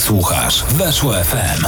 Słuchasz Weszło FM.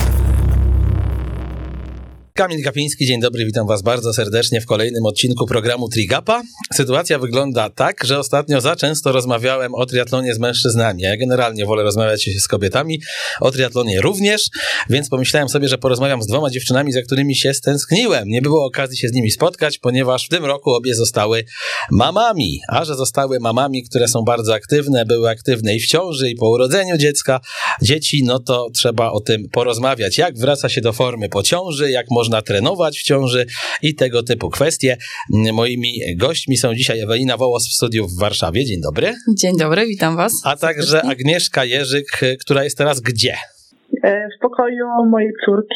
Kamil Kapiński, dzień dobry, witam Was bardzo serdecznie w kolejnym odcinku programu Trigapa. Sytuacja wygląda tak, że ostatnio za często rozmawiałem o triatlonie z mężczyznami. Ja generalnie wolę rozmawiać z kobietami, o triatlonie również, więc pomyślałem sobie, że porozmawiam z dwoma dziewczynami, za którymi się stęskniłem. Nie było okazji się z nimi spotkać, ponieważ w tym roku obie zostały mamami. A że zostały mamami, które są bardzo aktywne, były aktywne i w ciąży, i po urodzeniu dzieci, no to trzeba o tym porozmawiać. Jak wraca się do formy po ciąży, jak można trenować w ciąży i tego typu kwestie. Moimi gośćmi są dzisiaj Ewelina Wołos w studiu w Warszawie. Dzień dobry. Dzień dobry, witam Was. A także Agnieszka Jerzyk, która jest teraz gdzie? W pokoju mojej córki.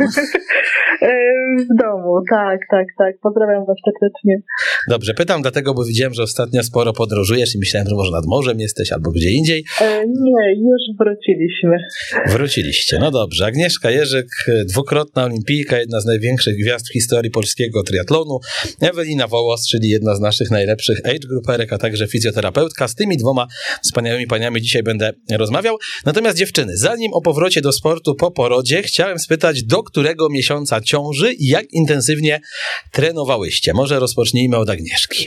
W domu, tak. Pozdrawiam Was serdecznie. Dobrze, pytam dlatego, bo widziałem, że ostatnio sporo podróżujesz i myślałem, że może nad morzem jesteś albo gdzie indziej. Nie, już wróciliśmy. Wróciliście, no dobrze. Agnieszka Jerzyk, dwukrotna olimpijka, jedna z największych gwiazd w historii polskiego triatlonu. Ewelina Wołos, czyli jedna z naszych najlepszych age grouperek, a także fizjoterapeutka. Z tymi dwoma wspaniałymi paniami dzisiaj będę rozmawiał. Natomiast dziewczyny, zanim o powrocie do sportu po porodzie, chciałem spytać, do którego miesiąca ciąży i jak intensywnie trenowałyście? Może rozpocznijmy od Agnieszki.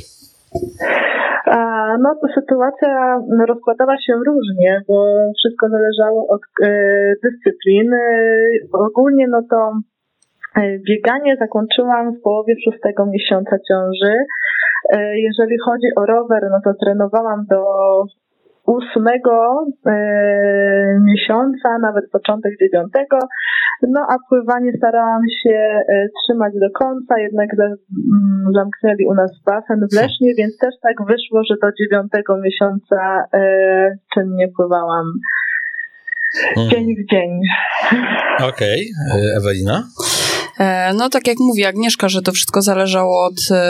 No to sytuacja rozkładała się różnie, bo wszystko zależało od dyscypliny. Ogólnie no to bieganie zakończyłam w połowie 6 miesiąca ciąży. Jeżeli chodzi o rower, no to trenowałam do 8 miesiąca, nawet początek 9. No a pływanie starałam się trzymać do końca, jednak zamknęli u nas basen w Lesznie, więc też tak wyszło, że do 9 miesiąca czynnie pływałam dzień w dzień. Okej. Ewelina? No tak jak mówi Agnieszka, że to wszystko zależało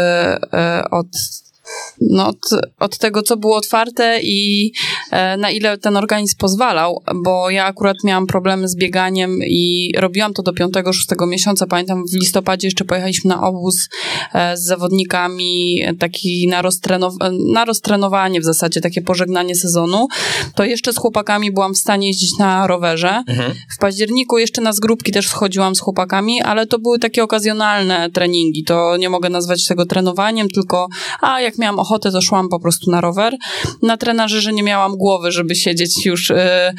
od tego, co było otwarte i na ile ten organizm pozwalał, bo ja akurat miałam problemy z bieganiem i robiłam to do 5-6 miesiąca. Pamiętam, w listopadzie jeszcze pojechaliśmy na obóz z zawodnikami, taki na roztrenowanie w zasadzie, takie pożegnanie sezonu. To jeszcze z chłopakami byłam w stanie jeździć na rowerze. W październiku jeszcze na zgróbki też schodziłam z chłopakami, ale to były takie okazjonalne treningi. To nie mogę nazwać tego trenowaniem, tylko jak miałam ochotę, to szłam po prostu na rower. Na trenażerze nie miałam głowy, żeby siedzieć już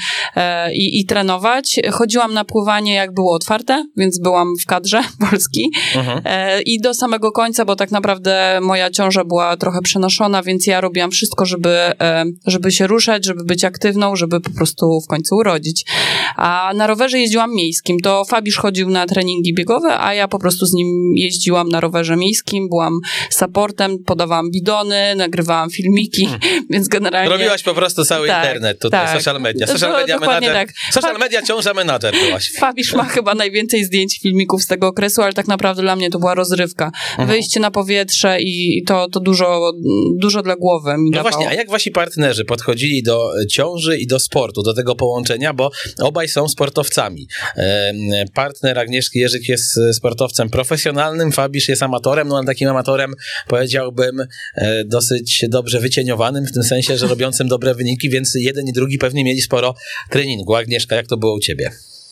i trenować. Chodziłam na pływanie, jak było otwarte, więc byłam w kadrze Polski. I do samego końca, bo tak naprawdę moja ciąża była trochę przenoszona, więc ja robiłam wszystko, żeby się ruszać, żeby być aktywną, żeby po prostu w końcu urodzić. A na rowerze jeździłam miejskim. To Fabisz chodził na treningi biegowe, a ja po prostu z nim jeździłam na rowerze miejskim, byłam supportem, podawałam bidony, nagrywałam filmiki, więc generalnie... Robiłaś po prostu cały internet tutaj, social media. Social media ciąża menadżer byłaś. Fabisz ma chyba najwięcej zdjęć, filmików z tego okresu, ale tak naprawdę dla mnie to była rozrywka. Wyjście na powietrze i to dużo dla głowy mi dawało. No właśnie, a jak wasi partnerzy podchodzili do ciąży i do sportu, do tego połączenia, bo obaj są sportowcami. Partner Agnieszki Jerzyk jest sportowcem profesjonalnym, Fabisz jest amatorem, ale takim amatorem, powiedziałbym, dosyć dobrze wycieniowanym, w tym sensie, że robiącym dobre wyniki, więc jeden i drugi pewnie mieli sporo treningu. Agnieszka, jak to było u ciebie?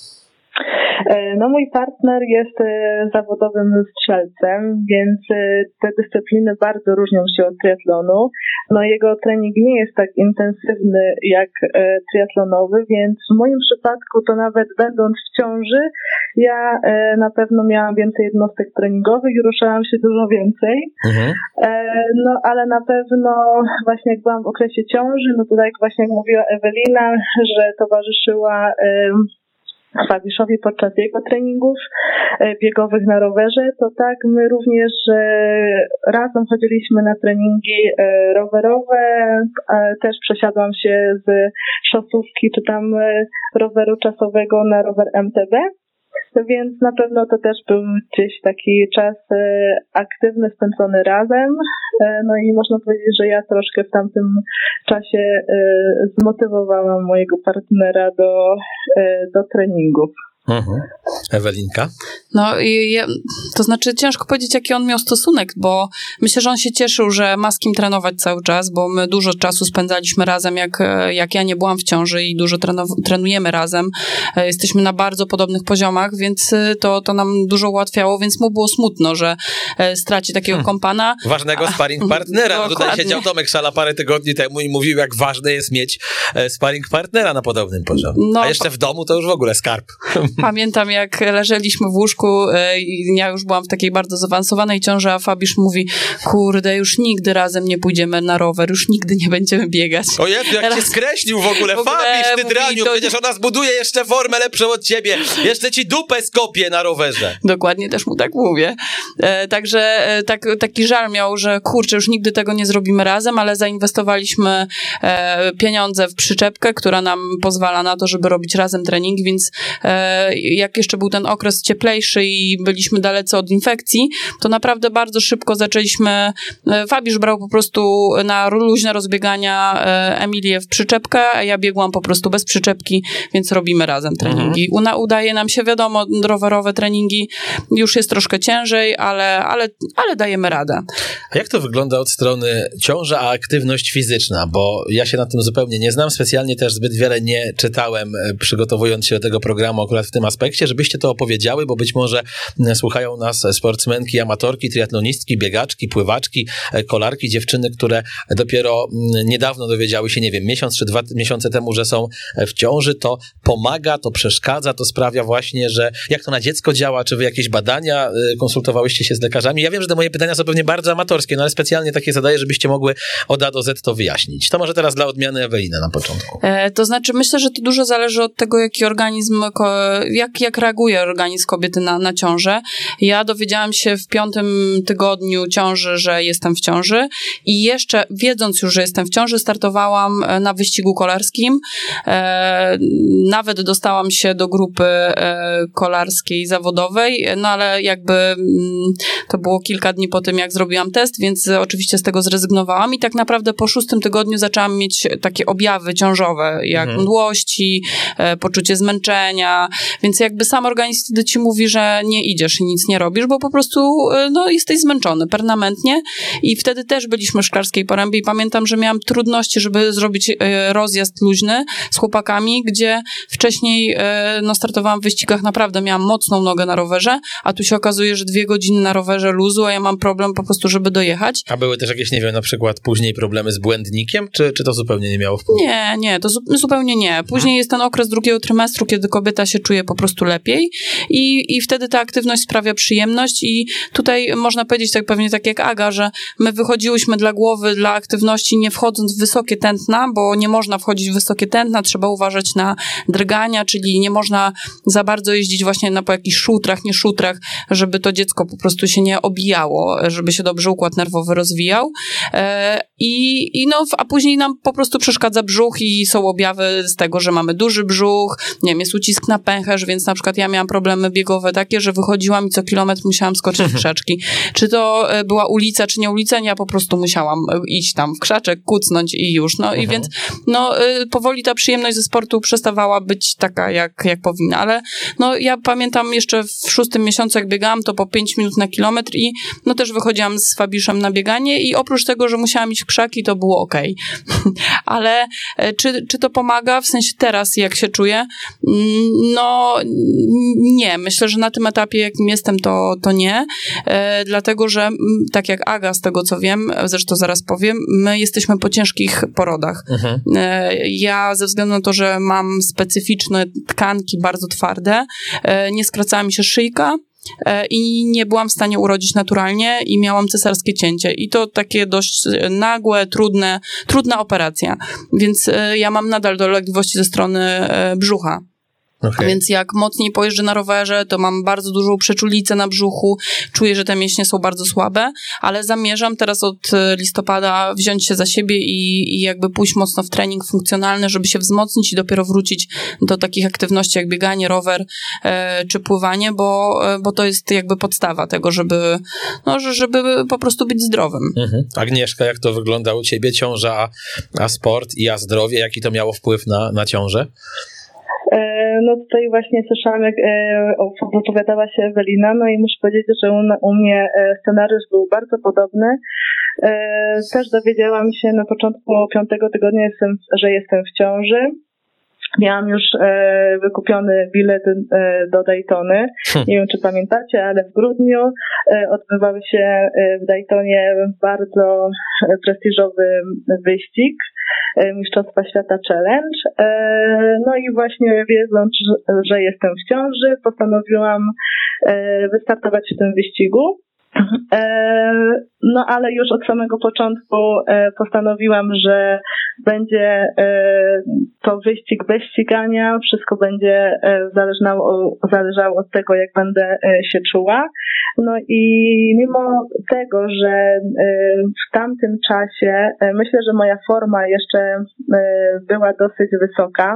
No mój partner jest zawodowym strzelcem, więc te dyscypliny bardzo różnią się od triatlonu. No jego trening nie jest tak intensywny jak triatlonowy, więc w moim przypadku to nawet będąc w ciąży, ja na pewno miałam więcej jednostek treningowych i ruszałam się dużo więcej. No ale na pewno właśnie jak byłam w okresie ciąży, no to tak właśnie jak mówiła Ewelina, że towarzyszyła Fabiszowi podczas jego treningów biegowych na rowerze, to tak my również razem chodziliśmy na treningi rowerowe, też przesiadłam się z szosówki czy tam roweru czasowego na rower MTB. Więc na pewno to też był gdzieś taki czas aktywny, spędzony razem. No i można powiedzieć, że ja troszkę w tamtym czasie zmotywowałam mojego partnera do treningów. Ewelinka? No, to znaczy ciężko powiedzieć, jaki on miał stosunek, bo myślę, że on się cieszył, że ma z kim trenować cały czas, bo my dużo czasu spędzaliśmy razem, jak ja nie byłam w ciąży i dużo trenujemy razem. Jesteśmy na bardzo podobnych poziomach, więc to nam dużo ułatwiało, więc mu było smutno, że straci takiego kompana. Ważnego sparring partnera. No tutaj siedział Tomek Szala parę tygodni temu i mówił, jak ważne jest mieć sparring partnera na podobnym poziomie. No, a jeszcze w domu to już w ogóle skarb. Pamiętam, jak leżeliśmy w łóżku i ja już byłam w takiej bardzo zaawansowanej ciąży, a Fabiusz mówi, kurde, już nigdy razem nie pójdziemy na rower, już nigdy nie będziemy biegać. O Jezu, jak cię skreślił w ogóle. Fabiusz, ty draniu, przecież ona zbuduje jeszcze formę lepszą od ciebie. Jeszcze ci dupę skopie na rowerze. Dokładnie, też mu tak mówię. Także taki żal miał, że kurczę, już nigdy tego nie zrobimy razem, ale zainwestowaliśmy pieniądze w przyczepkę, która nam pozwala na to, żeby robić razem trening, więc jak jeszcze był ten okres cieplejszy i byliśmy dalece od infekcji, to naprawdę bardzo szybko zaczęliśmy, Fabiusz brał po prostu na luźne rozbiegania Emilię w przyczepkę, a ja biegłam po prostu bez przyczepki, więc robimy razem treningi. Udaje nam się, wiadomo, rowerowe treningi już jest troszkę ciężej, ale dajemy radę. A jak to wygląda od strony ciąża, a aktywność fizyczna? Bo ja się na tym zupełnie nie znam, specjalnie też zbyt wiele nie czytałem, przygotowując się do tego programu akurat w tym aspekcie, żebyście to opowiedziały, bo być może słuchają nas sportsmenki, amatorki, triatlonistki, biegaczki, pływaczki, kolarki, dziewczyny, które dopiero niedawno dowiedziały się, nie wiem, miesiąc czy 2 miesiące temu, że są w ciąży. To pomaga, to przeszkadza, to sprawia właśnie, że jak to na dziecko działa, czy wy jakieś badania konsultowałyście się z lekarzami? Ja wiem, że te moje pytania są pewnie bardzo amatorskie, no ale specjalnie takie zadaję, żebyście mogły od A do Z to wyjaśnić. To może teraz dla odmiany Ewelina na początku. To znaczy, myślę, że to dużo zależy od tego, jaki organizm, jak reaguje organizm kobiety na ciążę. Ja dowiedziałam się w 5. tygodniu ciąży, że jestem w ciąży i jeszcze wiedząc już, że jestem w ciąży, startowałam na wyścigu kolarskim. Nawet dostałam się do grupy kolarskiej zawodowej, no ale jakby to było kilka dni po tym, jak zrobiłam test, więc oczywiście z tego zrezygnowałam i tak naprawdę po 6. tygodniu zaczęłam mieć takie objawy ciążowe, jak mdłości, poczucie zmęczenia, więc jakby sam organizm wtedy ci mówi, że nie idziesz i nic nie robisz, bo po prostu jesteś zmęczony permanentnie i wtedy też byliśmy w Szklarskiej Porębie i pamiętam, że miałam trudności, żeby zrobić rozjazd luźny z chłopakami, gdzie wcześniej startowałam w wyścigach, naprawdę miałam mocną nogę na rowerze, a tu się okazuje, że 2 godziny na rowerze luzu, a ja mam problem po prostu, żeby dojechać. A były też jakieś, nie wiem, na przykład później problemy z błędnikiem, czy to zupełnie nie miało wpływu? Nie, to zupełnie nie. Później jest ten okres 2. trymestru, kiedy kobieta się czuje po prostu lepiej i wtedy ta aktywność sprawia przyjemność i tutaj można powiedzieć pewnie tak jak Aga, że my wychodziłyśmy dla głowy, dla aktywności, nie wchodząc w wysokie tętna, bo nie można wchodzić w wysokie tętna, trzeba uważać na drgania, czyli nie można za bardzo jeździć właśnie po jakichś szutrach, nie szutrach, żeby to dziecko po prostu się nie obijało, żeby się dobrze układ nerwowy rozwijał. A później nam po prostu przeszkadza brzuch i są objawy z tego, że mamy duży brzuch, nie wiem, jest ucisk na pęcherz, więc na przykład ja miałam problemy biegowe takie, że wychodziłam i co kilometr musiałam skoczyć w krzaczki. Czy to była ulica, czy nie ulica, ja po prostu musiałam iść tam w krzaczek, kucnąć i już. I więc powoli ta przyjemność ze sportu przestawała być taka, jak powinna, ale ja pamiętam jeszcze w 6. miesiącu, jak biegałam, to po 5 minut na kilometr i też wychodziłam z Fabiuszem na bieganie i oprócz tego, że musiałam iść w krzaki, to było okej. Ale czy to pomaga? W sensie teraz, jak się czuję? Nie. Myślę, że na tym etapie, jakim jestem, to nie. Dlatego, że tak jak Aga, z tego co wiem, zresztą zaraz powiem, my jesteśmy po ciężkich porodach. Ja ze względu na to, że mam specyficzne tkanki bardzo twarde, nie skracała mi się szyjka, i nie byłam w stanie urodzić naturalnie i miałam cesarskie cięcie i to takie dość nagłe, trudna operacja, więc ja mam nadal dolegliwości ze strony brzucha. Okay. Więc jak mocniej pojeżdżę na rowerze, to mam bardzo dużą przeczulicę na brzuchu, czuję, że te mięśnie są bardzo słabe, ale zamierzam teraz od listopada wziąć się za siebie i jakby pójść mocno w trening funkcjonalny, żeby się wzmocnić i dopiero wrócić do takich aktywności jak bieganie, rower czy pływanie, bo to jest jakby podstawa tego, żeby po prostu być zdrowym. Agnieszka, jak to wygląda u ciebie? Ciąża, a sport i zdrowie, jaki to miało wpływ na ciążę? No tutaj właśnie słyszałam, jak opowiadała się Ewelina, no i muszę powiedzieć, że u mnie scenariusz był bardzo podobny. Też dowiedziałam się na początku 5. tygodnia, że jestem w ciąży. Miałam już wykupiony bilet do Daytony. Nie wiem, czy pamiętacie, ale w grudniu odbywał się w Daytonie bardzo prestiżowy wyścig Mistrzostwa Świata Challenge. No i właśnie wiedząc, że jestem w ciąży, postanowiłam wystartować w tym wyścigu. No ale już od samego początku postanowiłam, że będzie to wyścig bez ścigania, wszystko będzie zależało od tego, jak będę się czuła. No i mimo tego, że w tamtym czasie myślę, że moja forma jeszcze była dosyć wysoka,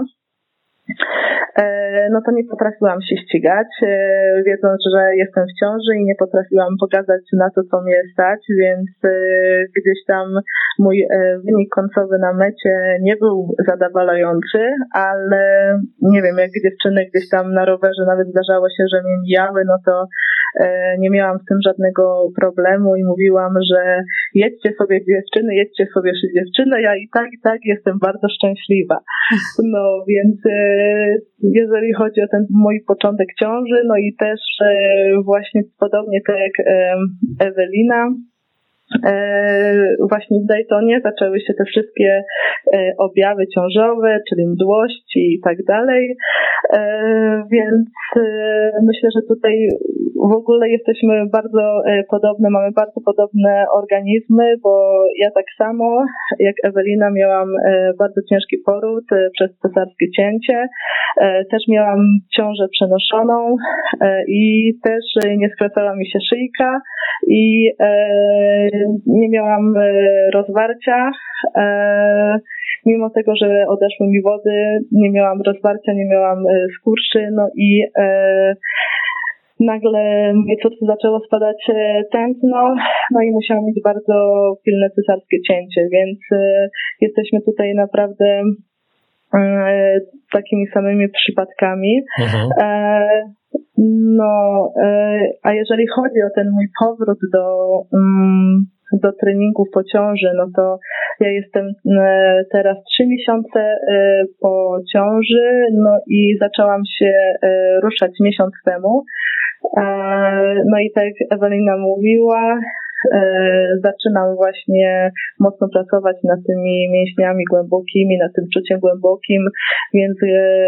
no to nie potrafiłam się ścigać, wiedząc, że jestem w ciąży i nie potrafiłam pokazać na to, co mnie stać, więc gdzieś tam mój wynik końcowy na mecie nie był zadowalający, ale nie wiem, jak dziewczyny gdzieś tam na rowerze nawet zdarzało się, że mnie mijały, no to nie miałam z tym żadnego problemu i mówiłam, że jedźcie sobie dziewczyny, ja i tak jestem bardzo szczęśliwa. No więc jeżeli chodzi o ten mój początek ciąży, no i też właśnie podobnie tak jak Ewelina, właśnie w Daytonie zaczęły się te wszystkie objawy ciążowe, czyli mdłości i tak dalej, więc myślę, że tutaj w ogóle jesteśmy bardzo podobne, mamy bardzo podobne organizmy, bo ja tak samo jak Ewelina miałam bardzo ciężki poród przez cesarskie cięcie, też miałam ciążę przenoszoną i też nie skracała mi się szyjka i nie miałam rozwarcia, mimo tego, że odeszły mi wody, nie miałam rozwarcia, nie miałam skurczy, no i nagle mnie córce zaczęło spadać tętno, no i musiałam mieć bardzo pilne cesarskie cięcie, więc jesteśmy tutaj naprawdę takimi samymi przypadkami. No, a jeżeli chodzi o ten mój powrót do treningów po ciąży, no to ja jestem teraz 3 miesiące po ciąży, no i zaczęłam się ruszać miesiąc temu. No i tak jak Ewelina mówiła, zaczynam właśnie mocno pracować nad tymi mięśniami głębokimi, nad tym czuciem głębokim, więc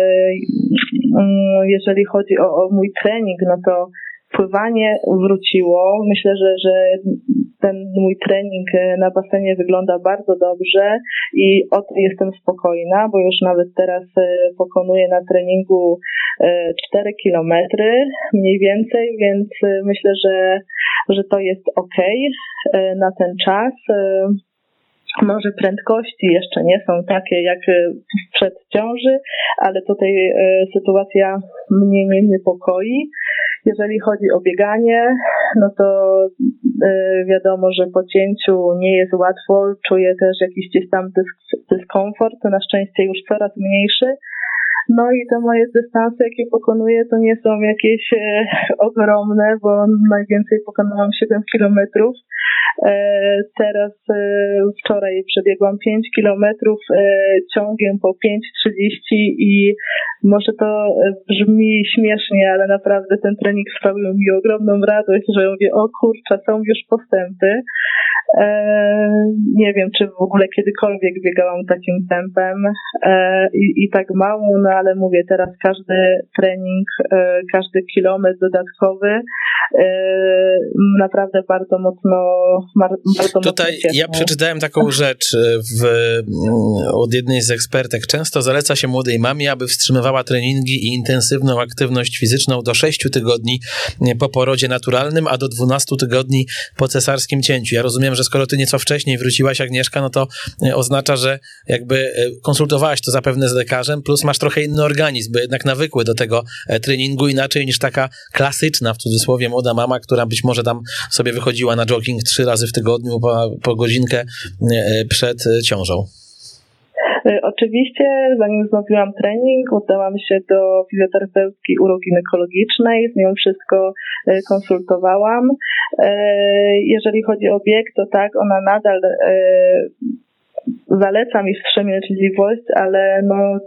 jeżeli chodzi o mój trening, no to pływanie wróciło. Myślę, że ten mój trening na basenie wygląda bardzo dobrze i o tym jestem spokojna, bo już nawet teraz pokonuję na treningu 4 kilometry mniej więcej, więc myślę, że to jest okej na ten czas. Może prędkości jeszcze nie są takie jak przed ciąży, ale tutaj sytuacja mnie nie niepokoi. Jeżeli chodzi o bieganie, no to wiadomo, że po cięciu nie jest łatwo. Czuję też jakiś gdzieś tam dyskomfort, na szczęście już coraz mniejszy. No i te moje dystanse, jakie pokonuję, to nie są jakieś ogromne, bo najwięcej pokonałam 7 kilometrów. Teraz wczoraj przebiegłam 5 kilometrów ciągiem po 5:30 i może to brzmi śmiesznie, ale naprawdę ten trening sprawił mi ogromną radość, że mówię, o kurczę, są już postępy. Nie wiem, czy w ogóle kiedykolwiek biegałam takim tempem i tak mało, no ale mówię, teraz każdy trening, każdy kilometr dodatkowy naprawdę bardzo mocno Tutaj ja przeczytałem taką rzecz od jednej z ekspertek. Często zaleca się młodej mamie, aby wstrzymywała treningi i intensywną aktywność fizyczną do 6 tygodni po porodzie naturalnym, a do 12 tygodni po cesarskim cięciu. Ja rozumiem, że skoro ty nieco wcześniej wróciłaś, Agnieszka, no to oznacza, że jakby konsultowałaś to zapewne z lekarzem, plus masz trochę inny organizm, bo jednak nawykły do tego treningu inaczej niż taka klasyczna, w cudzysłowie, młoda mama, która być może tam sobie wychodziła na jogging 3 razy w tygodniu po godzinkę przed ciążą. Oczywiście, zanim wznowiłam trening, udałam się do fizjoterapeutki uroginekologicznej, z nią wszystko konsultowałam. Jeżeli chodzi o bieg, to tak, ona nadal zaleca mi wstrzemięźliwość, ale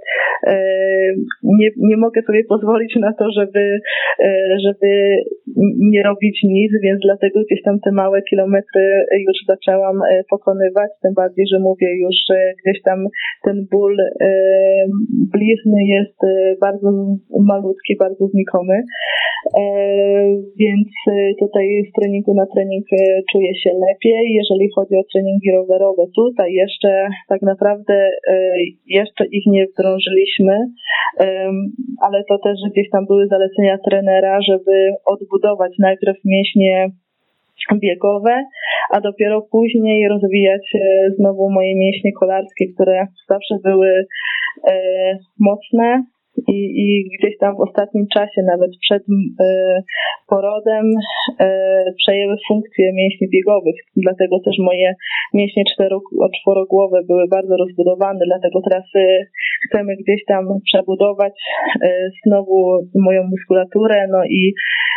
nie mogę sobie pozwolić na to, żeby nie robić nic, więc dlatego gdzieś tam te małe kilometry już zaczęłam pokonywać, tym bardziej, że mówię już, że gdzieś tam ten ból blizny jest bardzo malutki, bardzo znikomy, więc tutaj z treningu na trening czuję się lepiej. Jeżeli chodzi o treningi rowerowe, tutaj jeszcze tak naprawdę jeszcze ich nie wdrążyliśmy, ale to też gdzieś tam były zalecenia trenera, żeby odbudować najpierw mięśnie biegowe, a dopiero później rozwijać znowu moje mięśnie kolarskie, które zawsze były mocne. I gdzieś tam w ostatnim czasie, nawet przed porodem, przejęły funkcje mięśni biegowych. Dlatego też moje mięśnie czworogłowe były bardzo rozbudowane. Dlatego teraz chcemy gdzieś tam przebudować znowu moją muskulaturę, no i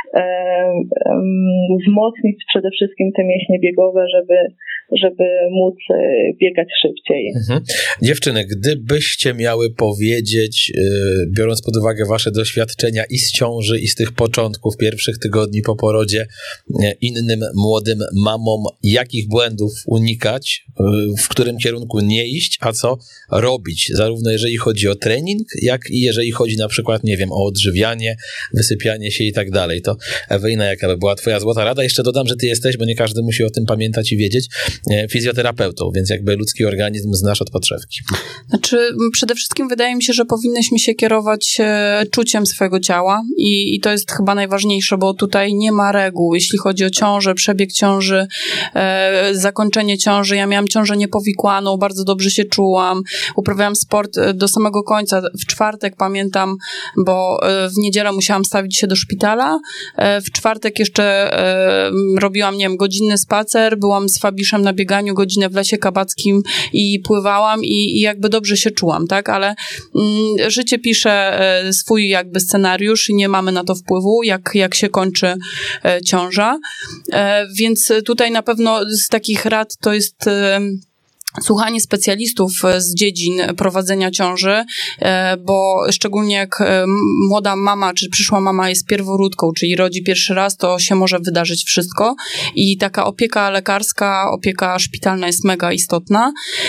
wzmocnić przede wszystkim te mięśnie biegowe, żeby móc biegać szybciej. Dziewczyny, gdybyście miały powiedzieć, biorąc pod uwagę wasze doświadczenia i z ciąży, i z tych początków, pierwszych tygodni po porodzie, innym młodym mamom, jakich błędów unikać, w którym kierunku nie iść, a co robić, zarówno jeżeli chodzi o trening, jak i jeżeli chodzi na przykład, nie wiem, o odżywianie, wysypianie się i tak dalej, to Ewelina, jaka by była twoja złota rada? Jeszcze dodam, że ty jesteś, bo nie każdy musi o tym pamiętać i wiedzieć, fizjoterapeutą, więc jakby ludzki organizm znasz od podszewki. Znaczy, przede wszystkim wydaje mi się, że powinnyśmy się kierować czuciem swojego ciała i to jest chyba najważniejsze, bo tutaj nie ma reguł, jeśli chodzi o ciążę, przebieg ciąży, zakończenie ciąży. Ja miałam ciążę niepowikłaną, bardzo dobrze się czułam, uprawiałam sport do samego końca. W czwartek pamiętam, bo w niedzielę musiałam stawić się do szpitala, w czwartek jeszcze robiłam, nie wiem, godzinny spacer, byłam z Fabiszem na bieganiu, godzinę w Lesie Kabackim i pływałam i jakby dobrze się czułam, tak, ale życie pisze swój jakby scenariusz i nie mamy na to wpływu, jak się kończy ciąża, więc tutaj na pewno z takich rad to jest słuchanie specjalistów z dziedzin prowadzenia ciąży, bo szczególnie jak młoda mama, czy przyszła mama jest pierworódką, czyli rodzi pierwszy raz, to się może wydarzyć wszystko i taka opieka lekarska, opieka szpitalna jest mega istotna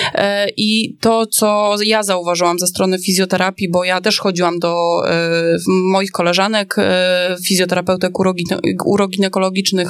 i to, co ja zauważyłam ze strony fizjoterapii, bo ja też chodziłam do moich koleżanek, fizjoterapeutek uroginekologicznych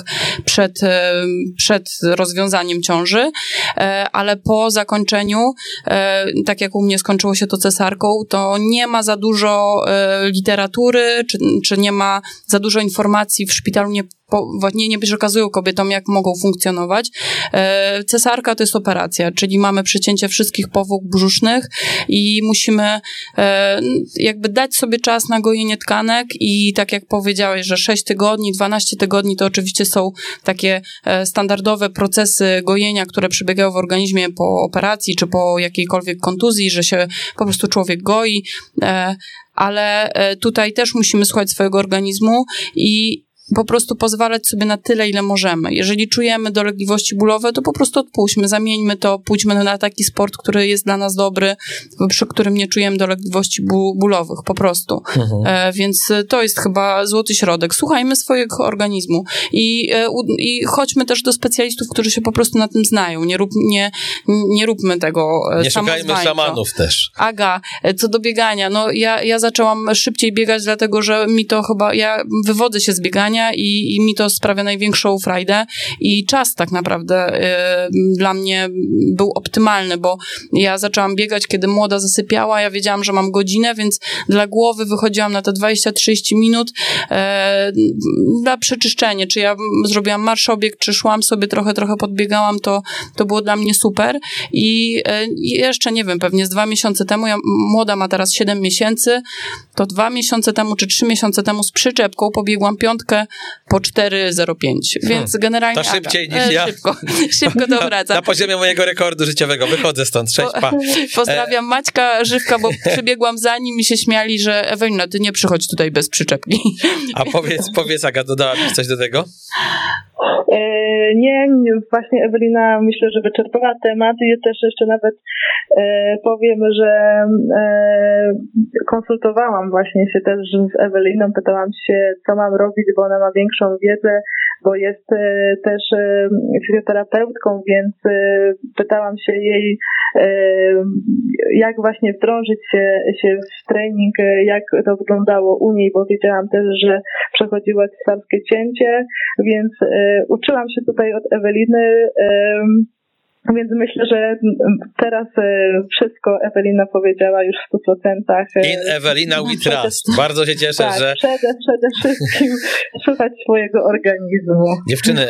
przed rozwiązaniem ciąży, ale po zakończeniu, tak jak u mnie skończyło się to cesarką, to nie ma za dużo literatury, czy nie ma za dużo informacji w szpitalu, nie przekazują kobietom, jak mogą funkcjonować. Cesarka to jest operacja, czyli mamy przecięcie wszystkich powłok brzusznych i musimy jakby dać sobie czas na gojenie tkanek i tak jak powiedziałeś, że 6 tygodni, 12 tygodni to oczywiście są takie standardowe procesy gojenia, które przebiegają w organizmie po operacji, czy po jakiejkolwiek kontuzji, że się po prostu człowiek goi, ale tutaj też musimy słuchać swojego organizmu i po prostu pozwalać sobie na tyle, ile możemy. Jeżeli czujemy dolegliwości bólowe, to po prostu odpuśćmy, zamieńmy to, pójdźmy na taki sport, który jest dla nas dobry, przy którym nie czujemy dolegliwości bólowych, po prostu. Więc to jest chyba złoty środek. Słuchajmy swojego organizmu i chodźmy też do specjalistów, którzy się po prostu na tym znają. Nie róbmy tego nie szukajmy szamanów też. Aga, co do biegania, no ja zaczęłam szybciej biegać, dlatego, że mi to chyba, ja wywodzę się z biegania i mi to sprawia największą frajdę i czas tak naprawdę dla mnie był optymalny, bo ja zaczęłam biegać, kiedy młoda zasypiała, ja wiedziałam, że mam godzinę, więc dla głowy wychodziłam na te 20-30 minut na przeczyszczenie, czy ja zrobiłam marszobieg, czy szłam sobie trochę podbiegałam, to było dla mnie super i jeszcze nie wiem, pewnie z 2 miesiące temu, młoda ma teraz 7 miesięcy, to 2 miesiące temu, czy 3 miesiące temu z przyczepką pobiegłam 5 po 4:05, więc generalnie... To szybciej niż ja. Szybko to wraca. Na poziomie mojego rekordu życiowego. Wychodzę stąd. Cześć, pa. Pozdrawiam Maćka Żywka, bo przybiegłam za nim i się śmiali, że Ewelina, ty nie przychodź tutaj bez przyczepki. A powiedz Aga, dodałabyś coś do tego? Nie, właśnie Ewelina myślę, że wyczerpała temat i też jeszcze nawet powiem, że konsultowałam właśnie się też z Eweliną, pytałam się, co mam robić, bo ona ma większą wiedzę, bo jest też fizjoterapeutką, więc pytałam się jej, jak właśnie wdrążyć się w trening, jak to wyglądało u niej, bo wiedziałam też, że przechodziła cesarskie cięcie, więc uczyłam się tutaj od Eweliny, więc myślę, że teraz wszystko Ewelina powiedziała już w 100%. In Ewelina we trust. Bardzo się cieszę, tak, że... Przede wszystkim słuchać swojego organizmu. Dziewczyny,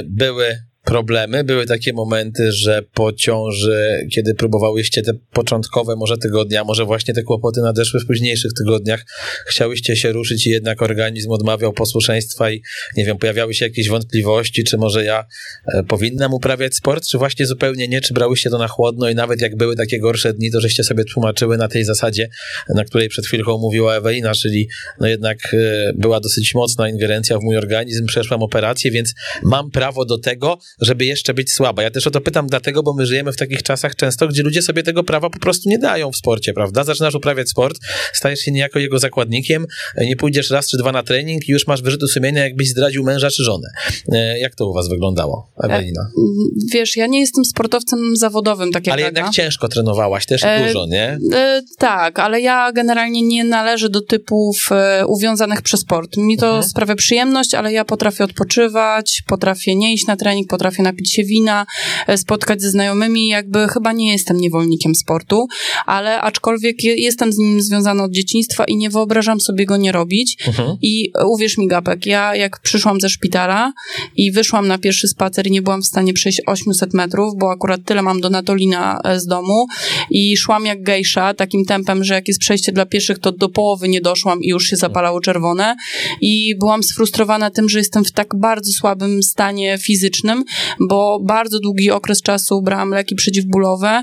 były takie momenty, że po ciąży, kiedy próbowałyście te początkowe może tygodnie, a może właśnie te kłopoty nadeszły w późniejszych tygodniach, chciałyście się ruszyć i jednak organizm odmawiał posłuszeństwa i nie wiem, pojawiały się jakieś wątpliwości, czy może ja powinnam uprawiać sport, czy właśnie zupełnie nie, czy brałyście to na chłodno i nawet jak były takie gorsze dni, to żeście sobie tłumaczyły na tej zasadzie, na której przed chwilką mówiła Ewelina, czyli no jednak była dosyć mocna ingerencja w mój organizm, przeszłam operację, więc mam prawo do tego, żeby jeszcze być słaba. Ja też o to pytam dlatego, bo my żyjemy w takich czasach często, gdzie ludzie sobie tego prawa po prostu nie dają w sporcie, prawda? Zaczynasz uprawiać sport, stajesz się niejako jego zakładnikiem, nie pójdziesz raz czy dwa na trening i już masz wyrzuty sumienia, jakbyś zdradził męża czy żonę. Jak to u was wyglądało, Ewelina? Wiesz, ja nie jestem sportowcem zawodowym, tak jak Ale jednak ciężko trenowałaś, też dużo, nie? Tak, ale ja generalnie nie należę do typów uwiązanych przez sport. Mi to sprawia przyjemność, ale ja potrafię odpoczywać, potrafię nie iść na trening, potrafię napić się wina, spotkać ze znajomymi, jakby chyba nie jestem niewolnikiem sportu, ale aczkolwiek jestem z nim związana od dzieciństwa i nie wyobrażam sobie go nie robić. I uwierz mi, Gapek, ja jak przyszłam ze szpitala i wyszłam na pierwszy spacer i nie byłam w stanie przejść 800 metrów, bo akurat tyle mam do Natolina z domu i szłam jak gejsza, takim tempem, że jak jest przejście dla pieszych, to do połowy nie doszłam i już się zapalało czerwone i byłam sfrustrowana tym, że jestem w tak bardzo słabym stanie fizycznym, bo bardzo długi okres czasu brałam leki przeciwbólowe,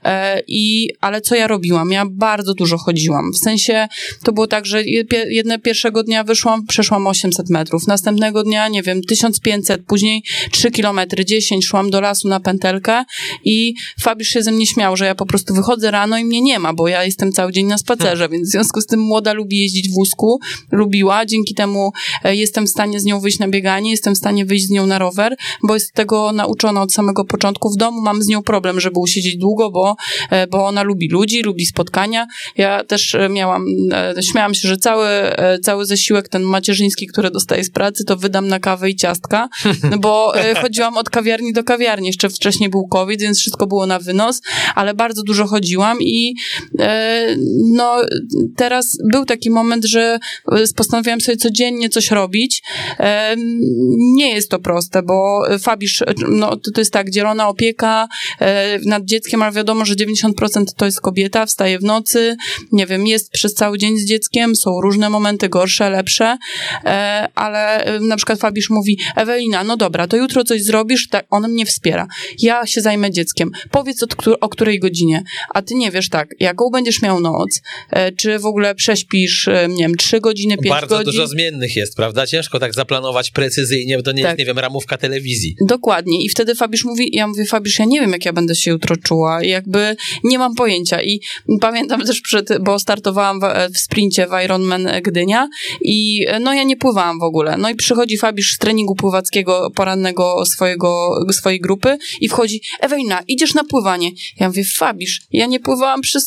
ale co ja robiłam? Ja bardzo dużo chodziłam. W sensie to było tak, że pierwszego dnia wyszłam, przeszłam 800 metrów. Następnego dnia, nie wiem, 1500, później 3 kilometry, 10, szłam do lasu na pętelkę i Fabiusz się ze mnie śmiał, że ja po prostu wychodzę rano i mnie nie ma, bo ja jestem cały dzień na spacerze, więc w związku z tym młoda lubi jeździć w wózku, lubiła, dzięki temu jestem w stanie z nią wyjść na bieganie, jestem w stanie wyjść z nią na rower, bo jest tego nauczona od samego początku. W domu mam z nią problem, żeby usiedzieć długo, bo ona lubi ludzi, lubi spotkania. Ja też śmiałam się, że cały zasiłek ten macierzyński, który dostaję z pracy, to wydam na kawę i ciastka, bo chodziłam od kawiarni do kawiarni. Jeszcze wcześniej był COVID, więc wszystko było na wynos, ale bardzo dużo chodziłam i teraz był taki moment, że postanowiłam sobie codziennie coś robić. Nie jest to proste, bo Fabisz, to jest tak, dzielona opieka nad dzieckiem, ale wiadomo, że 90% to jest kobieta, wstaje w nocy, nie wiem, jest przez cały dzień z dzieckiem, są różne momenty, gorsze, lepsze, ale na przykład Fabisz mówi, Ewelina, no dobra, to jutro coś zrobisz, tak, on mnie wspiera, ja się zajmę dzieckiem, powiedz o której godzinie, a ty nie wiesz tak, jaką będziesz miał noc, czy w ogóle prześpisz, nie wiem, 3 godziny, 5 Bardzo godzin. dużo zmiennych jest, prawda? Ciężko tak zaplanować precyzyjnie, bo to nie jest, nie wiem, ramówka telewizji. Dokładnie. I wtedy Fabisz mówi, ja mówię, Fabisz, ja nie wiem, jak ja będę się jutro czuła. I jakby nie mam pojęcia. I pamiętam też bo startowałam w sprincie w Ironman Gdynia i ja nie pływałam w ogóle. No i przychodzi Fabisz z treningu pływackiego porannego swojej grupy i wchodzi, Ewelina, idziesz na pływanie. Ja mówię, Fabisz, ja nie pływałam przez,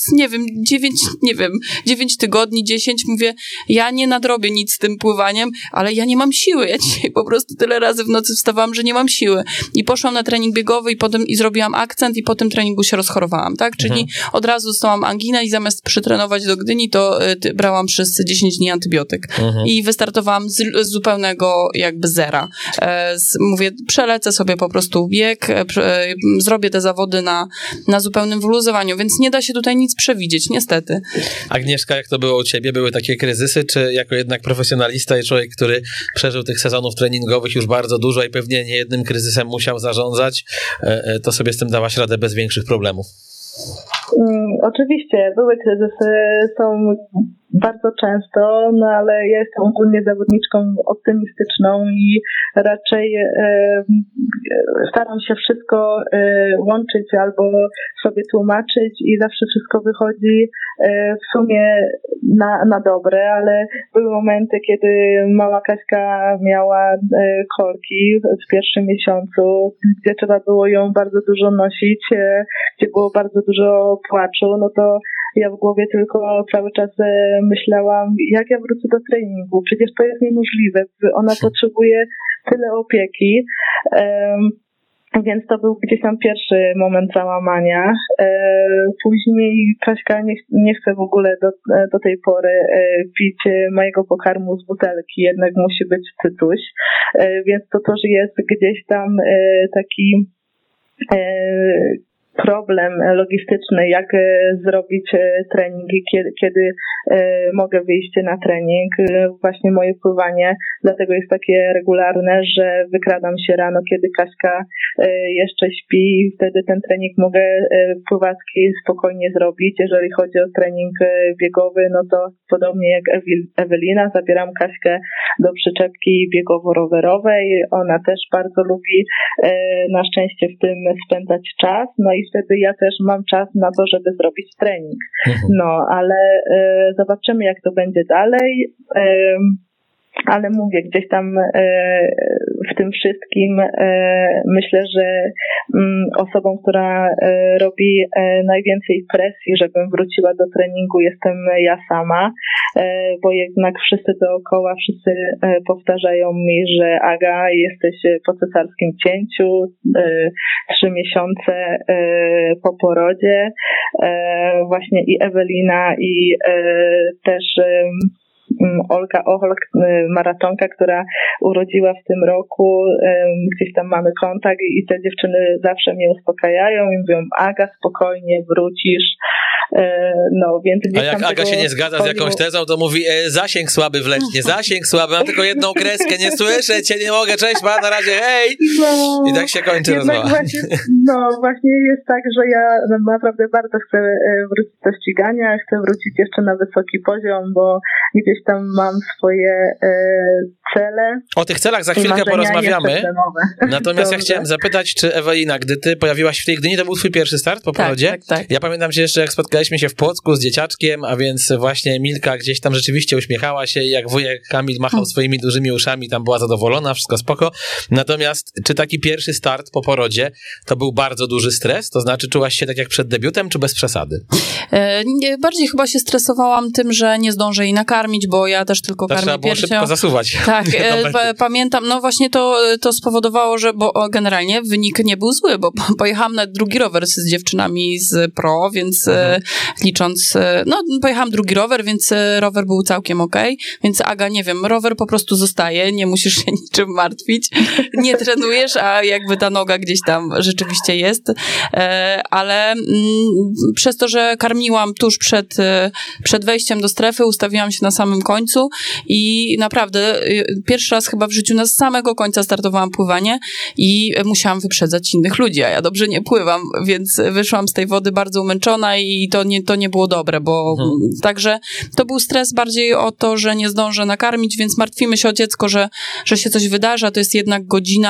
9 tygodni, 10. Mówię, ja nie nadrobię nic z tym pływaniem, ale ja nie mam siły. Ja dzisiaj po prostu tyle razy w nocy wstawałam, że nie mam siły. były. I poszłam na trening biegowy i zrobiłam akcent i po tym treningu się rozchorowałam, tak? Czyli od razu dostałam anginę i zamiast przytrenować do Gdyni, to brałam przez 10 dni antybiotyk. I wystartowałam z zupełnego jakby zera. Mówię, przelecę sobie po prostu bieg, zrobię te zawody na zupełnym wyluzowaniu, więc nie da się tutaj nic przewidzieć, niestety. Agnieszka, jak to było u ciebie? Były takie kryzysy, czy jako jednak profesjonalista i człowiek, który przeżył tych sezonów treningowych już bardzo dużo i pewnie nie jednym kryzysem musiał zarządzać, to sobie z tym dałaś radę bez większych problemów? Oczywiście, były kryzysy, są bardzo często, no ale ja jestem ogólnie zawodniczką optymistyczną i raczej staram się wszystko łączyć albo sobie tłumaczyć i zawsze wszystko wychodzi w sumie na dobre, ale były momenty, kiedy mała Kaśka miała korki w pierwszym miesiącu, gdzie trzeba było ją bardzo dużo nosić, gdzie było bardzo dużo płaczu, no to ja w głowie tylko cały czas myślałam, jak ja wrócę do treningu, przecież to jest niemożliwe, ona potrzebuje tyle opieki, więc to był gdzieś tam pierwszy moment załamania. Później Kaśka nie chce w ogóle do tej pory pić mojego pokarmu z butelki, jednak musi być cytuś, więc to też jest gdzieś tam taki problem logistyczny, jak zrobić trening i kiedy mogę wyjść na trening. Właśnie moje pływanie dlatego jest takie regularne, że wykradam się rano, kiedy Kaśka jeszcze śpi i wtedy ten trening mogę pływacki spokojnie zrobić. Jeżeli chodzi o trening biegowy, no to podobnie jak Ewelina, zabieram Kaśkę do przyczepki biegowo-rowerowej. Ona też bardzo lubi na szczęście w tym spędzać czas, no i wtedy ja też mam czas na to, żeby zrobić trening. No, ale zobaczymy, jak to będzie dalej. Ale mówię, gdzieś tam w tym wszystkim myślę, że osobą, która robi najwięcej presji, żebym wróciła do treningu, jestem ja sama, bo jednak wszyscy dookoła, wszyscy powtarzają mi, że Aga, jesteś po cesarskim cięciu, 3 miesiące po porodzie, właśnie i Ewelina i też Olga Ocholk, maratonka, która urodziła w tym roku, gdzieś tam mamy kontakt i te dziewczyny zawsze mnie uspokajają i mówią, Aga, spokojnie, wrócisz. No, więc a jak Aga się nie zgadza z jakąś tezą, to mówi, zasięg słaby wleśnie, zasięg słaby, mam tylko jedną kreskę, nie słyszę cię, nie mogę, cześć, pa, na razie, hej! No, i tak się kończy rozmowa. Właśnie jest tak, że ja naprawdę bardzo chcę wrócić do ścigania, chcę wrócić jeszcze na wysoki poziom, bo gdzieś tam mam swoje cele. O tych celach za chwilkę porozmawiamy. Natomiast ja chciałem zapytać, czy Ewelina, gdy ty pojawiłaś w tej Gdyni, to był twój pierwszy start po porodzie? Tak. Ja pamiętam się jeszcze, jak spotkaliśmy się w Płocku z dzieciaczkiem, a więc właśnie Emilka gdzieś tam rzeczywiście uśmiechała się i jak wujek Kamil machał swoimi dużymi uszami, tam była zadowolona, wszystko spoko. Natomiast czy taki pierwszy start po porodzie to był bardzo duży stres? To znaczy czułaś się tak jak przed debiutem, czy bez przesady? Bardziej chyba się stresowałam tym, że nie zdążę jej nakarmić, bo ja też tylko karmię trzeba było piersią. szybko zasuwać. Tak, pamiętam, no właśnie to spowodowało, że bo generalnie wynik nie był zły, bo pojechałam na drugi rower z dziewczynami z pro, więc licząc, pojechałam drugi rower, więc rower był całkiem okej, więc Aga, nie wiem, rower po prostu zostaje, nie musisz się niczym martwić, nie trenujesz, a jakby ta noga gdzieś tam rzeczywiście jest, ale przez to, że karmiłam tuż przed wejściem do strefy, ustawiłam się na samym końcu i naprawdę pierwszy raz chyba w życiu na samego końca startowałam pływanie i musiałam wyprzedzać innych ludzi, a ja dobrze nie pływam, więc wyszłam z tej wody bardzo umęczona i to nie było dobre, bo także to był stres bardziej o to, że nie zdążę nakarmić, więc martwimy się o dziecko, że się coś wydarzy, a to jest jednak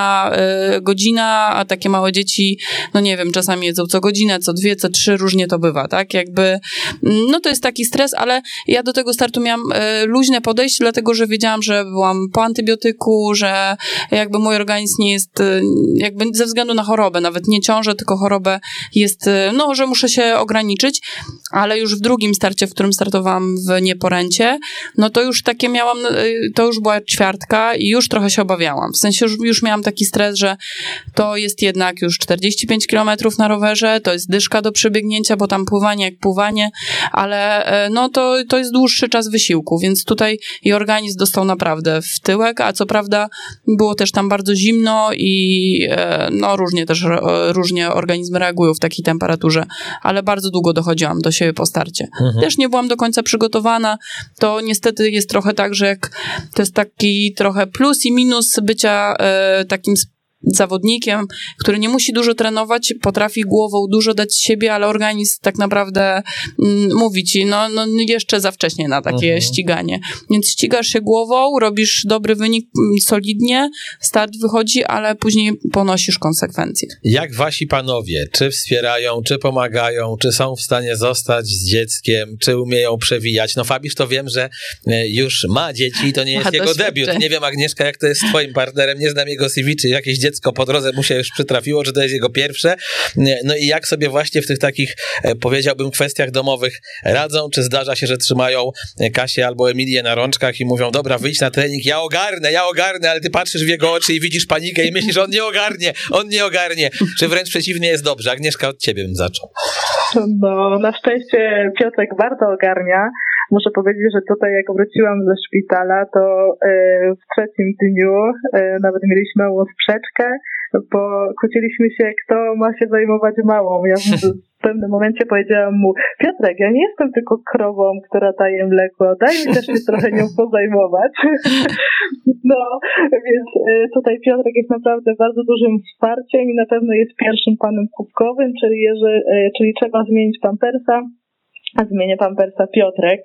godzina, a takie małe dzieci, no nie wiem, czasami jedzą co godzinę, co 2, co 3, różnie to bywa, tak? Jakby, no to jest taki stres, ale ja do tego startu miałam luźne podejście, dlatego, że wiedziałam, że byłam po antybiotyku, że jakby mój organizm nie jest, jakby ze względu na chorobę, nawet nie ciążę, tylko chorobę jest, no, że muszę się ograniczyć, ale już w drugim starcie, w którym startowałam w nieporęcie, no to już takie miałam, to już była ćwiartka i już trochę się obawiałam. W sensie już miałam taki stres, że to jest jednak już 45 km na rowerze, to jest dyszka do przebiegnięcia, bo tam pływanie jak pływanie, ale no to jest dłuższy czas wysiłku, więc tutaj i organizm dostał naprawdę w tyłek, a co prawda było też tam bardzo zimno i no różnie organizmy reagują w takiej temperaturze, ale bardzo długo dochodziłam do siebie po starcie. Też nie byłam do końca przygotowana, to niestety jest trochę tak, że jak to jest taki trochę plus i minus bycia takim zawodnikiem, który nie musi dużo trenować, potrafi głową dużo dać z siebie, ale organizm tak naprawdę mówi ci, no jeszcze za wcześnie na takie ściganie. Więc ścigasz się głową, robisz dobry wynik solidnie, start wychodzi, ale później ponosisz konsekwencje. Jak wasi panowie, czy wspierają, czy pomagają, czy są w stanie zostać z dzieckiem, czy umieją przewijać? No Fabisz to wiem, że już ma dzieci i to nie jest jego debiut. Nie wiem, Agnieszka, jak to jest z twoim partnerem, nie znam jego CV, czy jakieś dziecko po drodze mu się już przytrafiło, czy to jest jego pierwsze. No i jak sobie właśnie w tych takich, powiedziałbym, kwestiach domowych radzą, czy zdarza się, że trzymają Kasię albo Emilię na rączkach i mówią, dobra, wyjdź na trening, ja ogarnę, ale ty patrzysz w jego oczy i widzisz panikę i myślisz, on nie ogarnie, czy wręcz przeciwnie jest dobrze. Agnieszka, od ciebie bym zaczął. No, na szczęście Piotrek bardzo ogarnia. Muszę powiedzieć, że tutaj jak wróciłam ze szpitala, to w trzecim dniu nawet mieliśmy małą sprzeczkę, bo kłóciliśmy się, kto ma się zajmować małą. Ja w pewnym momencie powiedziałam mu, Piotrek, ja nie jestem tylko krową, która daje mleko, daj mi też się trochę nią pozajmować. No, więc tutaj Piotrek jest naprawdę bardzo dużym wsparciem i na pewno jest pierwszym panem kubkowym, czyli trzeba zmienić pampersa, a zmienia pampersa Piotrek,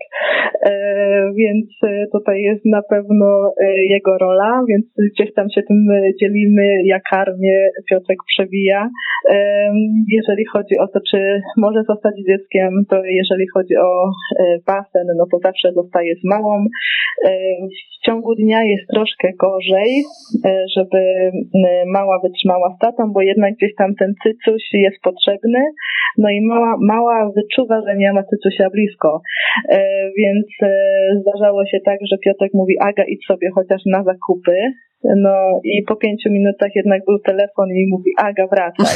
więc tutaj jest na pewno jego rola, więc gdzieś tam się tym dzielimy, ja karmię, Piotrek przewija. Jeżeli chodzi o to, czy może zostać z dzieckiem, to jeżeli chodzi o basen, no to zawsze zostaje z małą. W ciągu dnia jest troszkę gorzej, żeby mała wytrzymała z tatą, bo jednak gdzieś tam ten cycuś jest potrzebny, no i mała wyczuwa, że nie ma cycusia blisko, więc zdarzało się tak, że Piotrek mówi, Aga, idź sobie chociaż na zakupy, no i po 5 minutach jednak był telefon i mówi, Aga, wracaj,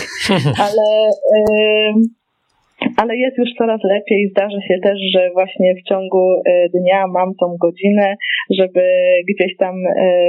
ale jest już coraz lepiej. Zdarza się też, że właśnie w ciągu dnia mam tą godzinę, żeby gdzieś tam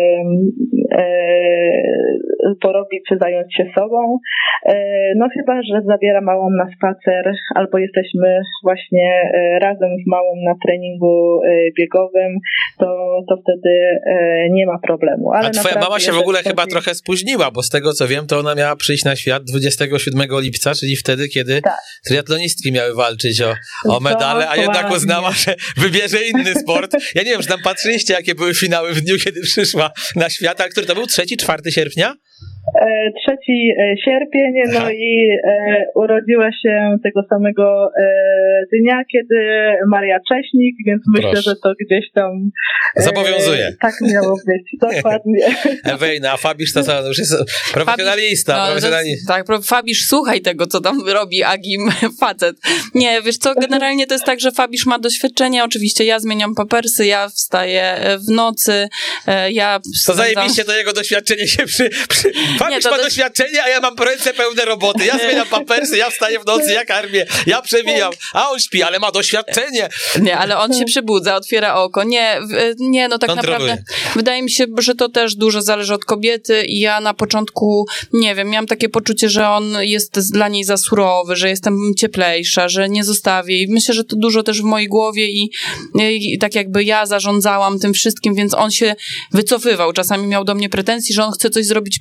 porobić czy zająć się sobą. No chyba, że zabieram małą na spacer albo jesteśmy właśnie razem z małą na treningu biegowym, to wtedy nie ma problemu. Ale a twoja mama się w ogóle chyba trochę spóźniła, bo z tego co wiem, to ona miała przyjść na świat 27 lipca, czyli wtedy, kiedy triatlonistki miały walczyć o medale, a jednak uznała, że wybierze inny sport. Ja nie wiem, czy tam patrzyliście, jakie były finały w dniu, kiedy przyszła na świat, a który to był 3-4 sierpnia? 3 sierpień, no i urodziła się tego samego dnia, kiedy Maria Cześnik, więc myślę, że to gdzieś tam zobowiązuje. Tak miało być, dokładnie. Ewejna, a Fabisz to już jest profesjonalista. Tak, Fabisz, słuchaj tego, co tam robi Agim facet. Nie, wiesz co, generalnie to jest tak, że Fabisz ma doświadczenie, oczywiście ja zmieniam papersy, ja wstaję w nocy, to zajebiście to jego doświadczenie się Fabisz ma doświadczenie, a ja mam ręce pełne roboty. Ja zmieniam pampersy, ja wstaję w nocy, ja karmię, ja przewijam, a on śpi, ale ma doświadczenie. Nie, ale on się przybudza, otwiera oko. Nie, no tak naprawdę wydaje mi się, że to też dużo zależy od kobiety i ja na początku, nie wiem, miałam takie poczucie, że on jest dla niej za surowy, że jestem cieplejsza, że nie zostawię i myślę, że to dużo też w mojej głowie i tak jakby ja zarządzałam tym wszystkim, więc on się wycofywał. Czasami miał do mnie pretensje, że on chce coś zrobić po swojemu,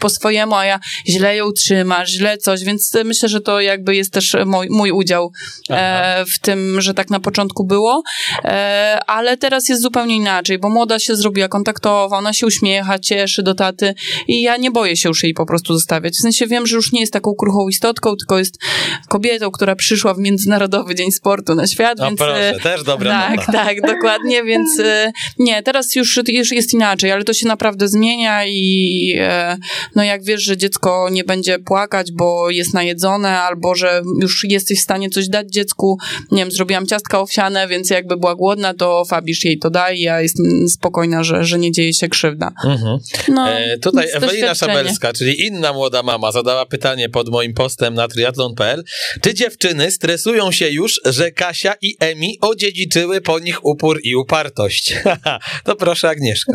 temu, a ja źle ją trzymasz, źle coś, więc myślę, że to jakby jest też mój udział w tym, że tak na początku było, ale teraz jest zupełnie inaczej, bo młoda się zrobiła kontaktowa, ona się uśmiecha, cieszy do taty i ja nie boję się już jej po prostu zostawiać. W sensie wiem, że już nie jest taką kruchą istotką, tylko jest kobietą, która przyszła w Międzynarodowy Dzień Sportu na świat, więc... proszę, też dobra nota. Tak, dokładnie, więc nie, teraz już jest inaczej, ale to się naprawdę zmienia i no jak wiesz, że dziecko nie będzie płakać, bo jest najedzone, albo że już jesteś w stanie coś dać dziecku, nie wiem, zrobiłam ciastka owsiane, więc jakby była głodna, to Fabisz jej to da i ja jestem spokojna, że nie dzieje się krzywda. No, tutaj Ewelina Szabelska, czyli inna młoda mama, zadała pytanie pod moim postem na triathlon.pl. Czy dziewczyny stresują się już, że Kasia i Emi odziedziczyły po nich upór i upartość? To proszę, Agnieszka.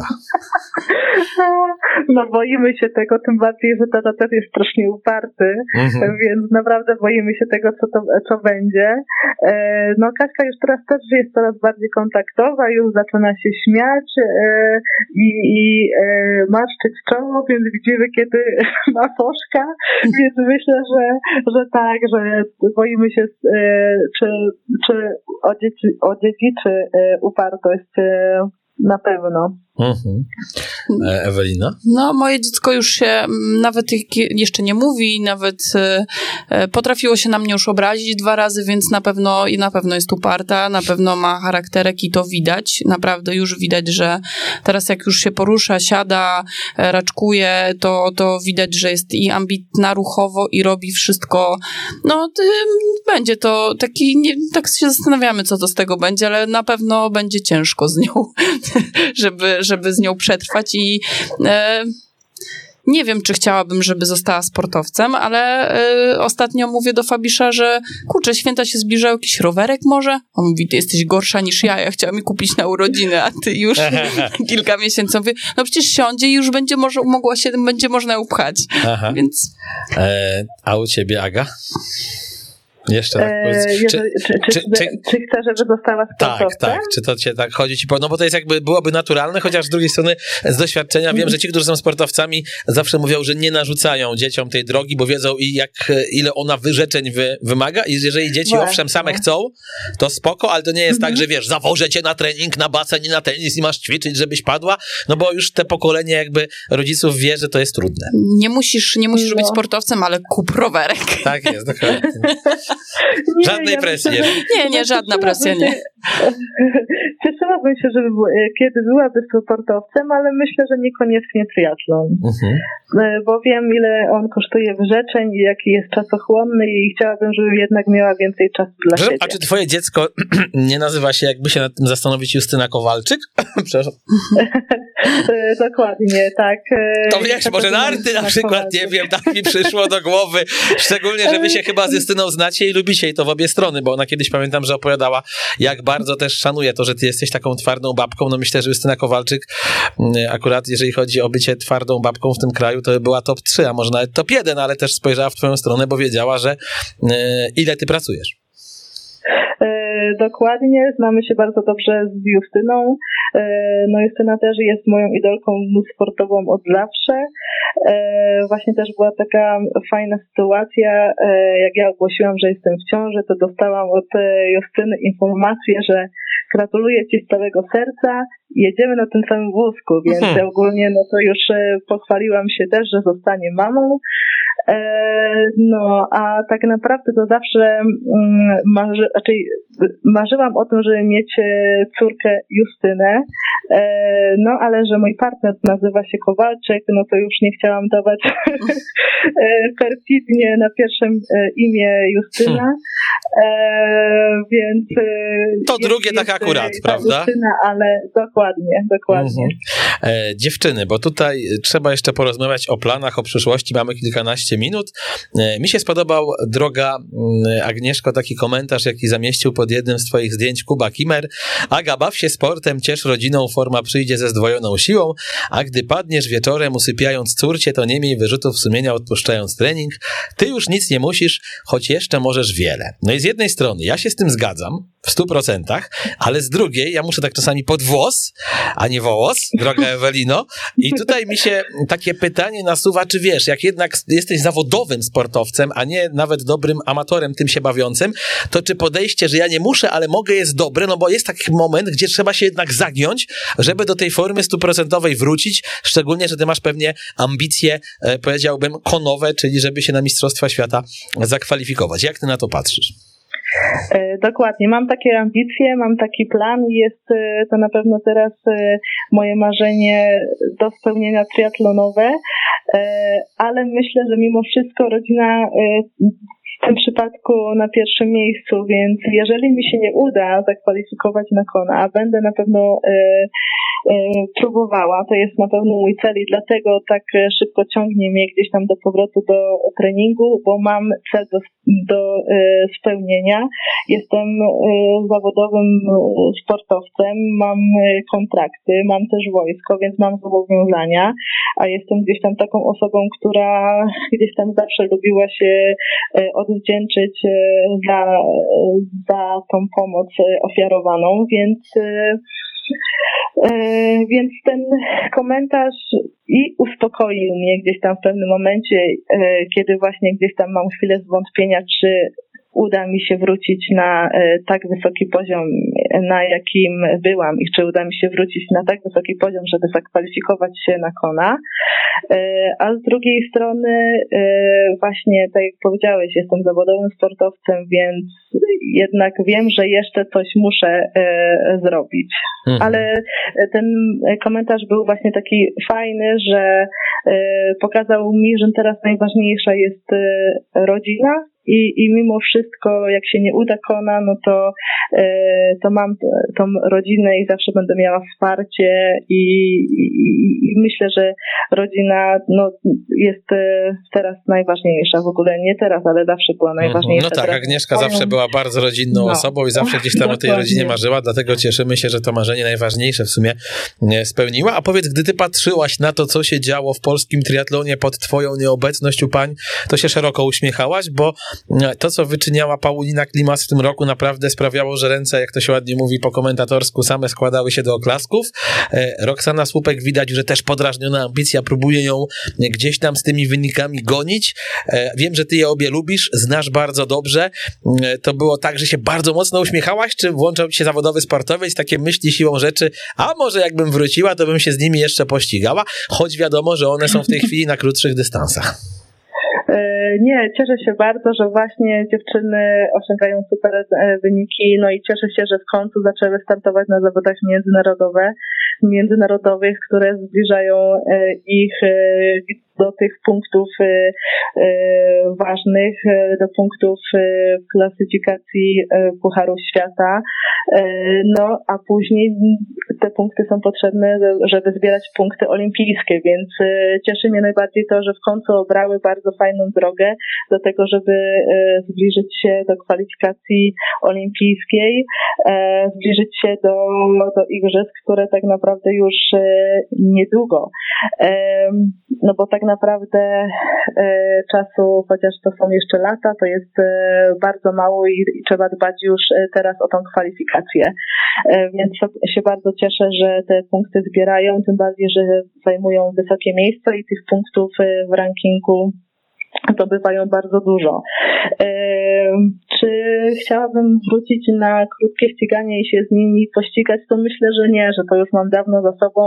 No boimy się tego, tym bardziej, że tata też jest strasznie uparty, więc naprawdę boimy się tego, co będzie. No Kaśka już teraz też jest coraz bardziej kontaktowa, już zaczyna się śmiać i marszczyć czoło, więc widzimy, kiedy ma foszka, więc myślę, że tak, że boimy się, czy odziedziczy upartość na pewno. Ewelina? No, moje dziecko już się nawet jeszcze nie mówi, nawet potrafiło się na mnie już obrazić 2 razy, więc na pewno jest uparta, na pewno ma charakterek i to widać. Naprawdę już widać, że teraz jak już się porusza, siada, raczkuje, to widać, że jest i ambitna ruchowo i robi wszystko. No, będzie to taki, tak się zastanawiamy, co to z tego będzie, ale na pewno będzie ciężko z nią, żeby z nią przetrwać i nie wiem, czy chciałabym, żeby została sportowcem, ale ostatnio mówię do Fabisza, że kurczę, święta się zbliżają, jakiś rowerek może? On mówi, ty jesteś gorsza niż ja chciałam mi kupić na urodziny, a ty już kilka miesięcy. Mówię, no przecież siądzie i już będzie można ją pchać. Więc... A u ciebie, Aga? Jeszcze tak czy chcę, żeby została sportowcem? Tak. Czy to cię tak chodzi? No bo to jest jakby, byłoby naturalne, chociaż z drugiej strony z doświadczenia wiem, że ci, którzy są sportowcami, zawsze mówią, że nie narzucają dzieciom tej drogi, bo wiedzą ile ona wyrzeczeń wymaga i jeżeli dzieci owszem same chcą, to spoko, ale to nie jest tak, że wiesz, zawożę cię na trening, na basen i na tenis i masz ćwiczyć, żebyś padła, no bo już te pokolenie jakby rodziców wie, że to jest trudne. Nie musisz być sportowcem, ale kup rowerek. Tak jest, dokładnie. Żadnej presji. Nie, żadna presja nie. Cieszyłabym się, kiedy byłaby sportowcem, ale myślę, że niekoniecznie triatlon. Bo wiem, ile on kosztuje wyrzeczeń i jaki jest czasochłonny i chciałabym, żeby jednak miała więcej czasu dla siebie. A czy twoje dziecko nie nazywa się, jakby się nad tym zastanowić, Justyna Kowalczyk? Przepraszam. Dokładnie, tak. To wiesz, może narty na przykład, nie wiem, tak mi przyszło do głowy. Szczególnie, że wy się chyba z Justyną znacie i lubicie jej to w obie strony, bo ona kiedyś, pamiętam, że opowiadała, jak bardzo też szanuje to, że ty jesteś taką twardą babką. No myślę, że Justyna Kowalczyk akurat, jeżeli chodzi o bycie twardą babką w tym kraju, to była top 3, a może nawet top 1, ale też spojrzała w twoją stronę, bo wiedziała, że ile ty pracujesz. Dokładnie, znamy się bardzo dobrze z Justyną. No Justyna też jest moją idolką sportową od zawsze. Właśnie też była taka fajna sytuacja, jak ja ogłosiłam, że jestem w ciąży, to dostałam od Justyny informację, że gratuluję ci z całego serca, jedziemy na tym samym wózku, więc ogólnie no to już pochwaliłam się też, że zostanie mamą. No, a tak naprawdę to zawsze marzyłam o tym, żeby mieć córkę Justynę, no ale że mój partner nazywa się Kowalczyk, no to już nie chciałam dawać perfidnie na pierwszym imię Justyna, więc... To drugie tak akurat, prawda? Justyna, ale dokładnie. Dziewczyny, bo tutaj trzeba jeszcze porozmawiać o planach, o przyszłości, mamy kilkanaście minut. Mi się spodobał, droga Agnieszko, taki komentarz, jaki zamieścił pod jednym z twoich zdjęć Kuba Kimmer. Aga, baw się sportem, ciesz rodziną, forma przyjdzie ze zdwojoną siłą, a gdy padniesz wieczorem usypiając córcie, to nie miej wyrzutów sumienia odpuszczając trening. Ty już nic nie musisz, choć jeszcze możesz wiele. No i z jednej strony ja się z tym zgadzam w 100%, ale z drugiej ja muszę tak czasami pod włos, a nie wołos, droga Ewelino. I tutaj mi się takie pytanie nasuwa, czy wiesz, jak jednak jesteś zawodowym sportowcem, a nie nawet dobrym amatorem tym się bawiącym, to czy podejście, że ja nie muszę, ale mogę, jest dobre, no bo jest taki moment, gdzie trzeba się jednak zagiąć, żeby do tej formy 100% wrócić, szczególnie, że ty masz pewnie ambicje, powiedziałbym, konowe, czyli żeby się na Mistrzostwa Świata zakwalifikować. Jak ty na to patrzysz? Dokładnie, mam takie ambicje, mam taki plan i jest to na pewno teraz moje marzenie do spełnienia triatlonowe, ale myślę, że mimo wszystko rodzina w tym przypadku na pierwszym miejscu, więc jeżeli mi się nie uda zakwalifikować na Kona, a będę na pewno próbowała, to jest na pewno mój cel i dlatego tak szybko ciągnie mnie gdzieś tam do powrotu do treningu, bo mam cel do spełnienia. Jestem zawodowym sportowcem, mam kontrakty, mam też wojsko, więc mam zobowiązania, a jestem gdzieś tam taką osobą, która gdzieś tam zawsze lubiła się odwdzięczyć za tą pomoc ofiarowaną, więc ten komentarz i uspokoił mnie gdzieś tam w pewnym momencie, kiedy właśnie gdzieś tam mam chwilę zwątpienia, czy uda mi się wrócić na tak wysoki poziom, na jakim byłam i czy uda mi się wrócić na tak wysoki poziom, żeby zakwalifikować się na Kona. A z drugiej strony właśnie, tak jak powiedziałeś, jestem zawodowym sportowcem, więc jednak wiem, że jeszcze coś muszę zrobić. Ale ten komentarz był właśnie taki fajny, że pokazał mi, że teraz najważniejsza jest rodzina, i mimo wszystko, jak się nie uda Kona, no to mam tą rodzinę i zawsze będę miała wsparcie i myślę, że rodzina jest teraz najważniejsza. W ogóle nie teraz, ale zawsze była najważniejsza. No tak, Agnieszka zawsze była bardzo rodzinną osobą i zawsze gdzieś tam o tej rodzinie marzyła, dlatego cieszymy się, że to marzenie najważniejsze w sumie spełniła. A powiedz, gdy ty patrzyłaś na to, co się działo w polskim triatlonie pod twoją nieobecność u pań, to się szeroko uśmiechałaś, bo to, co wyczyniała Paulina Klimas w tym roku, naprawdę sprawiało, że ręce, jak to się ładnie mówi po komentatorsku, same składały się do oklasków. Roxana Słupek widać, że też podrażniona ambicja, próbuje ją gdzieś tam z tymi wynikami gonić. Wiem, że ty je obie lubisz, znasz bardzo dobrze. To było tak, że się bardzo mocno uśmiechałaś, czy włączał ci się zawodowy sportowiec, takie myśli siłą rzeczy, a może jakbym wróciła, to bym się z nimi jeszcze pościgała, choć wiadomo, że one są w tej chwili na krótszych dystansach. Nie, cieszę się bardzo, że właśnie dziewczyny osiągają super wyniki, no i cieszę się, że w końcu zaczęły startować na zawodach międzynarodowych, które zbliżają ich do tych punktów ważnych, do punktów klasyfikacji Pucharów Świata, no a później te punkty są potrzebne, żeby zbierać punkty olimpijskie, więc cieszy mnie najbardziej to, że w końcu obrały bardzo fajną drogę do tego, żeby zbliżyć się do kwalifikacji olimpijskiej, zbliżyć się do igrzysk, które tak naprawdę już niedługo. No bo tak naprawdę czasu, chociaż to są jeszcze lata, to jest bardzo mało i trzeba dbać już teraz o tą kwalifikację. Więc się bardzo cieszę, że te punkty zbierają, tym bardziej, że zajmują wysokie miejsca i tych punktów w rankingu zdobywają bardzo dużo. Czy chciałabym wrócić na krótkie ściganie i się z nimi pościgać? To myślę, że nie, że to już mam dawno za sobą.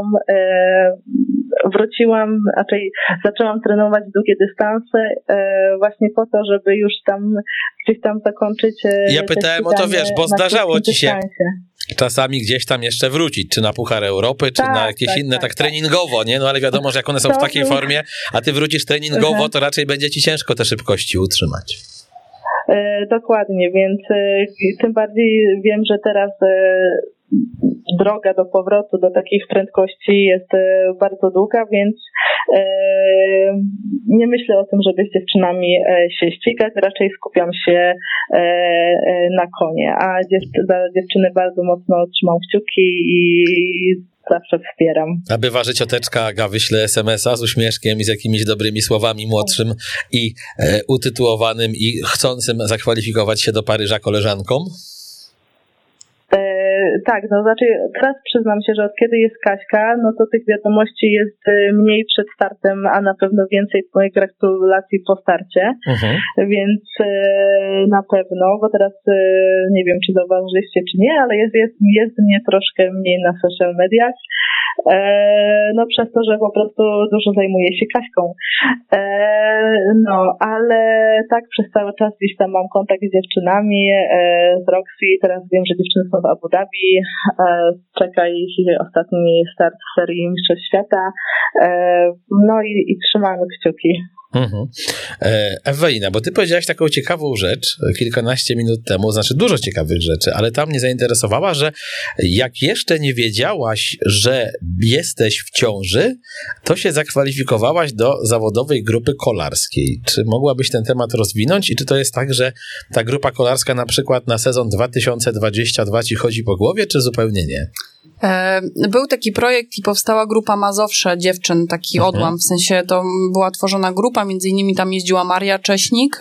Wróciłam, raczej zaczęłam trenować długie dystanse właśnie po to, żeby już tam gdzieś tam zakończyć. Ja pytałem o to, wiesz, bo zdarzało ci się czasami gdzieś tam jeszcze wrócić, czy na Puchar Europy, czy na jakieś inne, tak treningowo, nie? No ale wiadomo, że jak one są w takiej formie, a ty wrócisz treningowo, to raczej będzie ci ciężko te szybkości utrzymać. Dokładnie, więc tym bardziej wiem, że teraz droga do powrotu do takich prędkości jest bardzo długa, więc nie myślę o tym, żeby z dziewczynami się ścigać, raczej skupiam się na konie, a za dziewczyny bardzo mocno trzymam kciuki i zawsze wspieram. A bywa, że cioteczka Aga wyśle SMS-a z uśmieszkiem i z jakimiś dobrymi słowami młodszym i utytułowanym i chcącym zakwalifikować się do Paryża koleżankom? Tak, no znaczy teraz przyznam się, że od kiedy jest Kaśka, no to tych wiadomości jest mniej przed startem, a na pewno więcej moich gratulacji po starcie, więc na pewno, bo teraz nie wiem, czy zauważyliście, czy nie, ale jest mnie troszkę mniej na social mediach, no przez to, że po prostu dużo zajmuję się Kaśką. No, ale tak przez cały czas gdzieś tam mam kontakt z dziewczynami, z Roxy, teraz wiem, że dziewczyny są w Abu Dhabi, czeka ich ostatni start w serii Mistrzostw Świata, no i trzymamy kciuki. Ewelina, bo ty powiedziałaś taką ciekawą rzecz kilkanaście minut temu, znaczy dużo ciekawych rzeczy, ale tam mnie zainteresowała, że jak jeszcze nie wiedziałaś, że jesteś w ciąży, to się zakwalifikowałaś do zawodowej grupy kolarskiej. Czy mogłabyś ten temat rozwinąć i czy to jest tak, że ta grupa kolarska na przykład na sezon 2022 ci chodzi po głowie, czy zupełnie nie? Był taki projekt i powstała grupa Mazowsze dziewczyn, taki odłam, w sensie to była tworzona grupa, między innymi tam jeździła Maria Cześnik,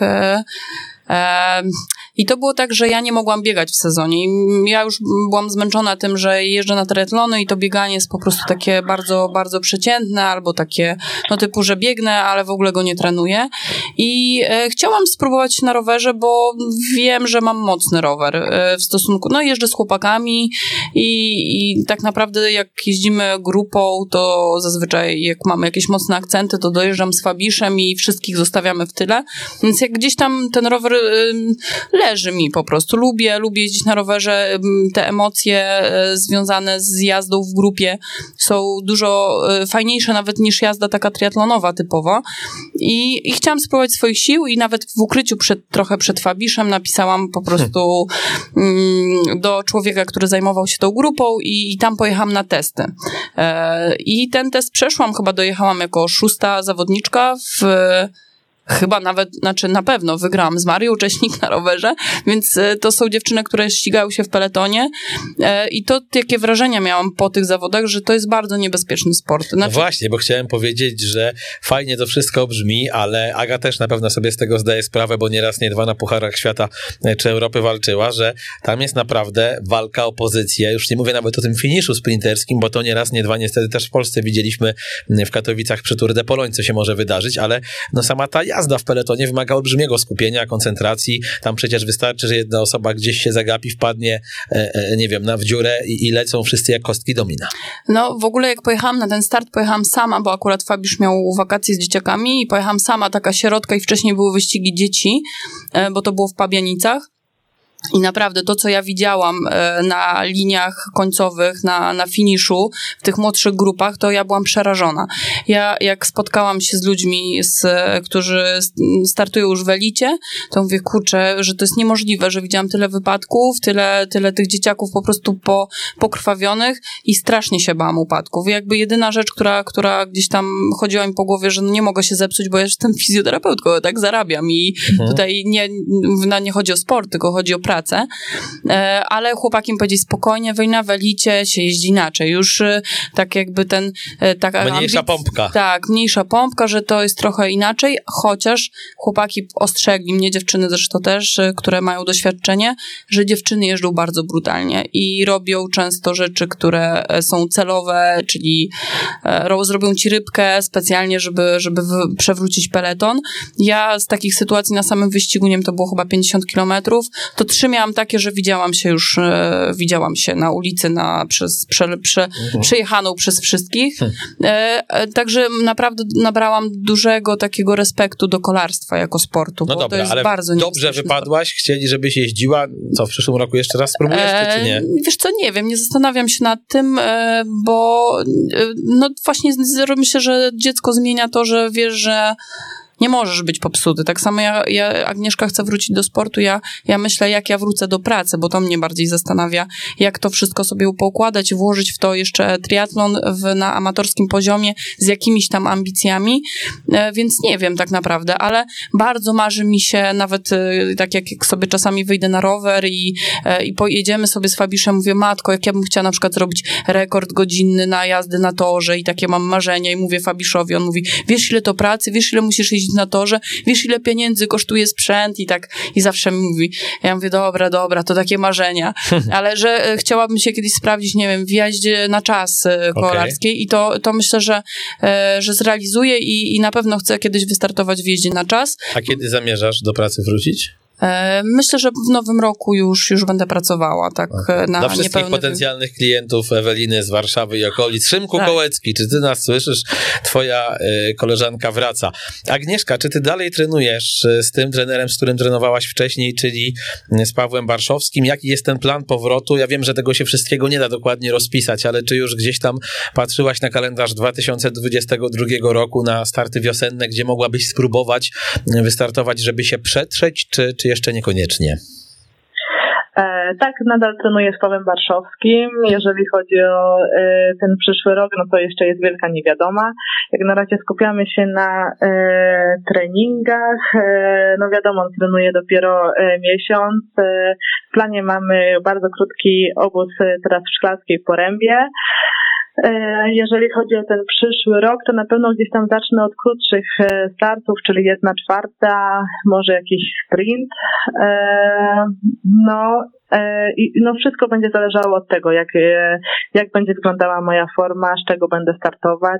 i to było tak, że ja nie mogłam biegać w sezonie. Ja już byłam zmęczona tym, że jeżdżę na triatlony i to bieganie jest po prostu takie bardzo, bardzo przeciętne, albo takie, no typu, że biegnę, ale w ogóle go nie trenuję. I chciałam spróbować na rowerze, bo wiem, że mam mocny rower w stosunku, no jeżdżę z chłopakami i tak naprawdę jak jeździmy grupą, to zazwyczaj jak mamy jakieś mocne akcenty, to dojeżdżam z Fabiszem i wszystkich zostawiamy w tyle. Więc jak gdzieś tam ten rower leży mi po prostu. Lubię jeździć na rowerze. Te emocje związane z jazdą w grupie są dużo fajniejsze nawet niż jazda taka triatlonowa typowa. I chciałam spróbować swoich sił i nawet w ukryciu trochę przed Fabiszem napisałam po prostu do człowieka, który zajmował się tą grupą i tam pojechałam na testy. I ten test przeszłam, chyba dojechałam jako 6. zawodniczka chyba nawet, znaczy na pewno wygrałam z Marią Cześnik na rowerze, więc to są dziewczyny, które ścigają się w peletonie i to jakie wrażenia miałam po tych zawodach, że to jest bardzo niebezpieczny sport. No właśnie, bo chciałem powiedzieć, że fajnie to wszystko brzmi, ale Aga też na pewno sobie z tego zdaje sprawę, bo nie raz, nie dwa na Pucharach Świata czy Europy walczyła, że tam jest naprawdę walka o pozycję. Już nie mówię nawet o tym finiszu sprinterskim, bo to nie raz, nie dwa niestety też w Polsce widzieliśmy w Katowicach przy Tour de Pologne, co się może wydarzyć, ale no sama ta jazda w peletonie wymaga olbrzymiego skupienia, koncentracji. Tam przecież wystarczy, że jedna osoba gdzieś się zagapi, wpadnie, nie wiem, w dziurę i lecą wszyscy jak kostki domina. No w ogóle jak pojechałam na ten start, pojechałam sama, bo akurat Fabiusz miał wakacje z dzieciakami i pojechałam sama, taka sierotka i wcześniej były wyścigi dzieci, bo to było w Pabianicach. I naprawdę to, co ja widziałam na liniach końcowych, na finiszu, w tych młodszych grupach, to ja byłam przerażona. Ja jak spotkałam się z ludźmi, którzy startują już w elicie, to mówię, kurczę, że to jest niemożliwe, że widziałam tyle wypadków, tyle tych dzieciaków po prostu pokrwawionych i strasznie się bałam upadków. Jakby jedyna rzecz, która gdzieś tam chodziła mi po głowie, że no nie mogę się zepsuć, bo ja jestem fizjoterapeutką, tak zarabiam i tutaj nie chodzi o sport, tylko chodzi o pracę, ale chłopaki mi powiedzieli spokojnie, Wejna w elicie się jeździ inaczej. Już tak jakby taka mniejsza pompka. Tak, mniejsza pompka, że to jest trochę inaczej, chociaż chłopaki ostrzegli mnie, dziewczyny zresztą też, które mają doświadczenie, że dziewczyny jeżdżą bardzo brutalnie i robią często rzeczy, które są celowe, czyli zrobią ci rybkę specjalnie, żeby przewrócić peleton. Ja z takich sytuacji na samym wyścigu, nie wiem, to było chyba 50 kilometrów, to 3 miałam takie, że widziałam się na ulicy przejechaną przez wszystkich. Także naprawdę nabrałam dużego takiego respektu do kolarstwa jako sportu, no bo dobra, to jest ale bardzo dobrze wypadłaś, sport. Chcieli, żebyś jeździła, co w przyszłym roku jeszcze raz spróbujesz, czy nie? Wiesz co, nie wiem, nie zastanawiam się nad tym, bo no właśnie myślę, że dziecko zmienia to, że wiesz, że Nie możesz być popsuty. Tak samo Agnieszka chce wrócić do sportu, ja myślę, jak ja wrócę do pracy, bo to mnie bardziej zastanawia, jak to wszystko sobie poukładać i włożyć w to jeszcze triatlon na amatorskim poziomie z jakimiś tam ambicjami, więc nie wiem tak naprawdę, ale bardzo marzy mi się nawet tak jak sobie czasami wyjdę na rower i pojedziemy sobie z Fabiszem, mówię, matko, jak ja bym chciała na przykład zrobić rekord godzinny na jazdy na torze i takie mam marzenia i mówię Fabiszowi, on mówi, wiesz ile to pracy, wiesz ile musisz jeździć na torze, wiesz ile pieniędzy kosztuje sprzęt i zawsze mi mówi, ja mówię, dobra, to takie marzenia, ale że chciałabym się kiedyś sprawdzić, nie wiem, w jeździe na czas kolarskiej i to myślę, że zrealizuję i na pewno chcę kiedyś wystartować w jeździe na czas. A kiedy zamierzasz do pracy wrócić? Myślę, że w nowym roku już będę pracowała, tak, na dla wszystkich potencjalnych klientów Eweliny z Warszawy i okolic. Szymku Kołecki, czy ty nas słyszysz? Twoja koleżanka wraca. Agnieszka, czy ty dalej trenujesz z tym trenerem, z którym trenowałaś wcześniej, czyli z Pawłem Barszowskim? Jaki jest ten plan powrotu? Ja wiem, że tego się wszystkiego nie da dokładnie rozpisać, ale czy już gdzieś tam patrzyłaś na kalendarz 2022 roku, na starty wiosenne, gdzie mogłabyś spróbować wystartować, żeby się przetrzeć, czy jeszcze niekoniecznie? Tak, nadal trenuję z Pawłem Barszowskim. Jeżeli chodzi o ten przyszły rok, no to jeszcze jest wielka niewiadoma. Jak na razie skupiamy się na treningach. No wiadomo, on trenuje dopiero miesiąc. W planie mamy bardzo krótki obóz teraz w Szklarskiej Porębie. Jeżeli chodzi o ten przyszły rok, to na pewno gdzieś tam zacznę od krótszych startów, czyli 1/4, może jakiś sprint. No wszystko będzie zależało od tego, jak będzie wyglądała moja forma, z czego będę startować.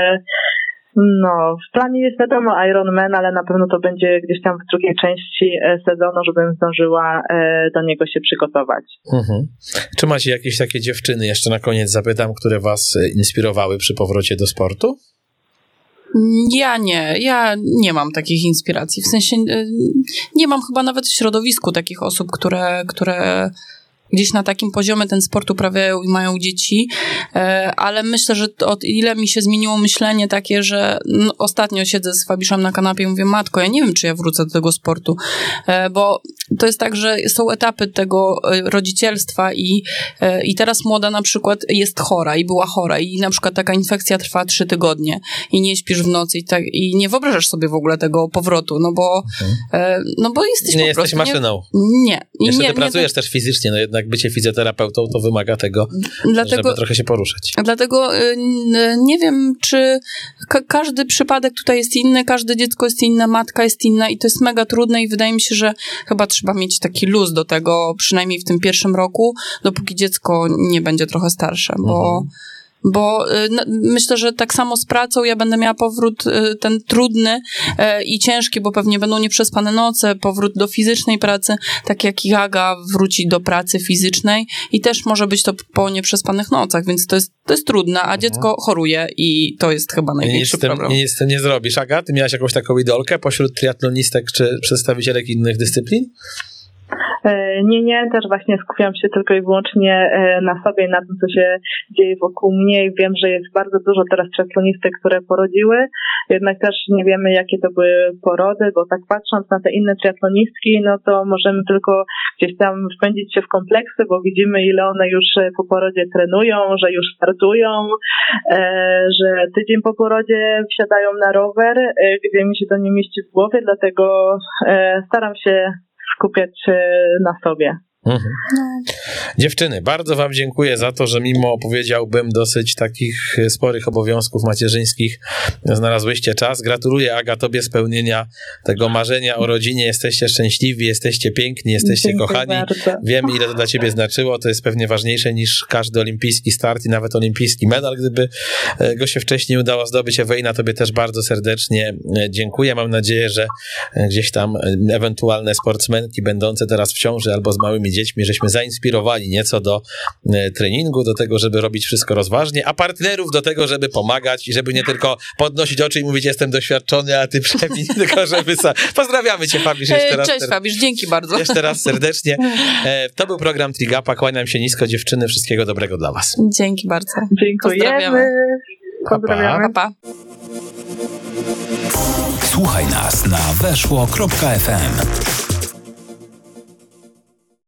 No, w planie jest wiadomo Ironman, ale na pewno to będzie gdzieś tam w drugiej części sezonu, żebym zdążyła do niego się przygotować. Czy macie jakieś takie dziewczyny, jeszcze na koniec zapytam, które was inspirowały przy powrocie do sportu? Ja nie mam takich inspiracji, w sensie nie mam chyba nawet w środowisku takich osób, które gdzieś na takim poziomie ten sport uprawiają i mają dzieci, ale myślę, że o ile mi się zmieniło myślenie takie, że ostatnio siedzę z Fabiszem na kanapie i mówię, matko, ja nie wiem, czy ja wrócę do tego sportu, bo to jest tak, że są etapy tego rodzicielstwa i teraz młoda na przykład jest chora i była chora i na przykład taka infekcja trwa 3 tygodnie i nie śpisz w nocy i nie wyobrażasz sobie w ogóle tego powrotu, no bo jesteś nie po jesteś prostu... maszyną. Nie. Jeszcze ty pracujesz też fizycznie, no jednak bycie fizjoterapeutą to wymaga tego, żeby trochę się poruszać. Dlatego nie wiem, czy każdy przypadek tutaj jest inny, każde dziecko jest inne, matka jest inna i to jest mega trudne i wydaje mi się, że chyba trzeba mieć taki luz do tego, przynajmniej w tym pierwszym roku, dopóki dziecko nie będzie trochę starsze, bo myślę, że tak samo z pracą ja będę miała powrót ten trudny i ciężki, bo pewnie będą nieprzespane noce, powrót do fizycznej pracy, tak jak i Aga wróci do pracy fizycznej i też może być to po nieprzespanych nocach, więc to jest trudne, a dziecko choruje i to jest chyba największy problem. Nic z tym nie zrobisz. Aga, ty miałaś jakąś taką idolkę pośród triatlonistek czy przedstawicielek innych dyscyplin? Nie, też właśnie skupiam się tylko i wyłącznie na sobie, na tym, co się dzieje wokół mnie i wiem, że jest bardzo dużo teraz triatlonistek, które porodziły, jednak też nie wiemy, jakie to były porody, bo tak patrząc na te inne triatlonistki, no to możemy tylko gdzieś tam wpędzić się w kompleksy, bo widzimy, ile one już po porodzie trenują, że już startują, że tydzień po porodzie wsiadają na rower, gdzie mi się to nie mieści w głowie, dlatego staram się skupiać na sobie. Dziewczyny, bardzo wam dziękuję za to, że mimo, powiedziałbym, dosyć takich sporych obowiązków macierzyńskich znalazłyście czas. Gratuluję, Aga, tobie spełnienia tego marzenia o rodzinie. Jesteście szczęśliwi, jesteście piękni, jesteście Dziękuję kochani. bardzo. Wiem, ile to dla ciebie znaczyło. To jest pewnie ważniejsze niż każdy olimpijski start i nawet olimpijski medal, gdyby go się wcześniej udało zdobyć. Ewelina, tobie też bardzo serdecznie dziękuję. Mam nadzieję, że gdzieś tam ewentualne sportsmenki będące teraz w ciąży albo z małymi dziećmi, żeśmy zainspirowali nieco do treningu, do tego, żeby robić wszystko rozważnie, a partnerów do tego, żeby pomagać i żeby nie tylko podnosić oczy i mówić, jestem doświadczony, a ty przewin, tylko żeby... Pozdrawiamy cię, Fabisz, jeszcze raz. Cześć, Fabisz, dzięki bardzo. Jeszcze raz serdecznie. To był program Trigapa. Kłaniam się nisko, dziewczyny. Wszystkiego dobrego dla was. Dzięki bardzo. Dziękujemy. Pozdrawiamy. Pozdrawiamy. Pa, pa. Słuchaj nas na weszło.fm.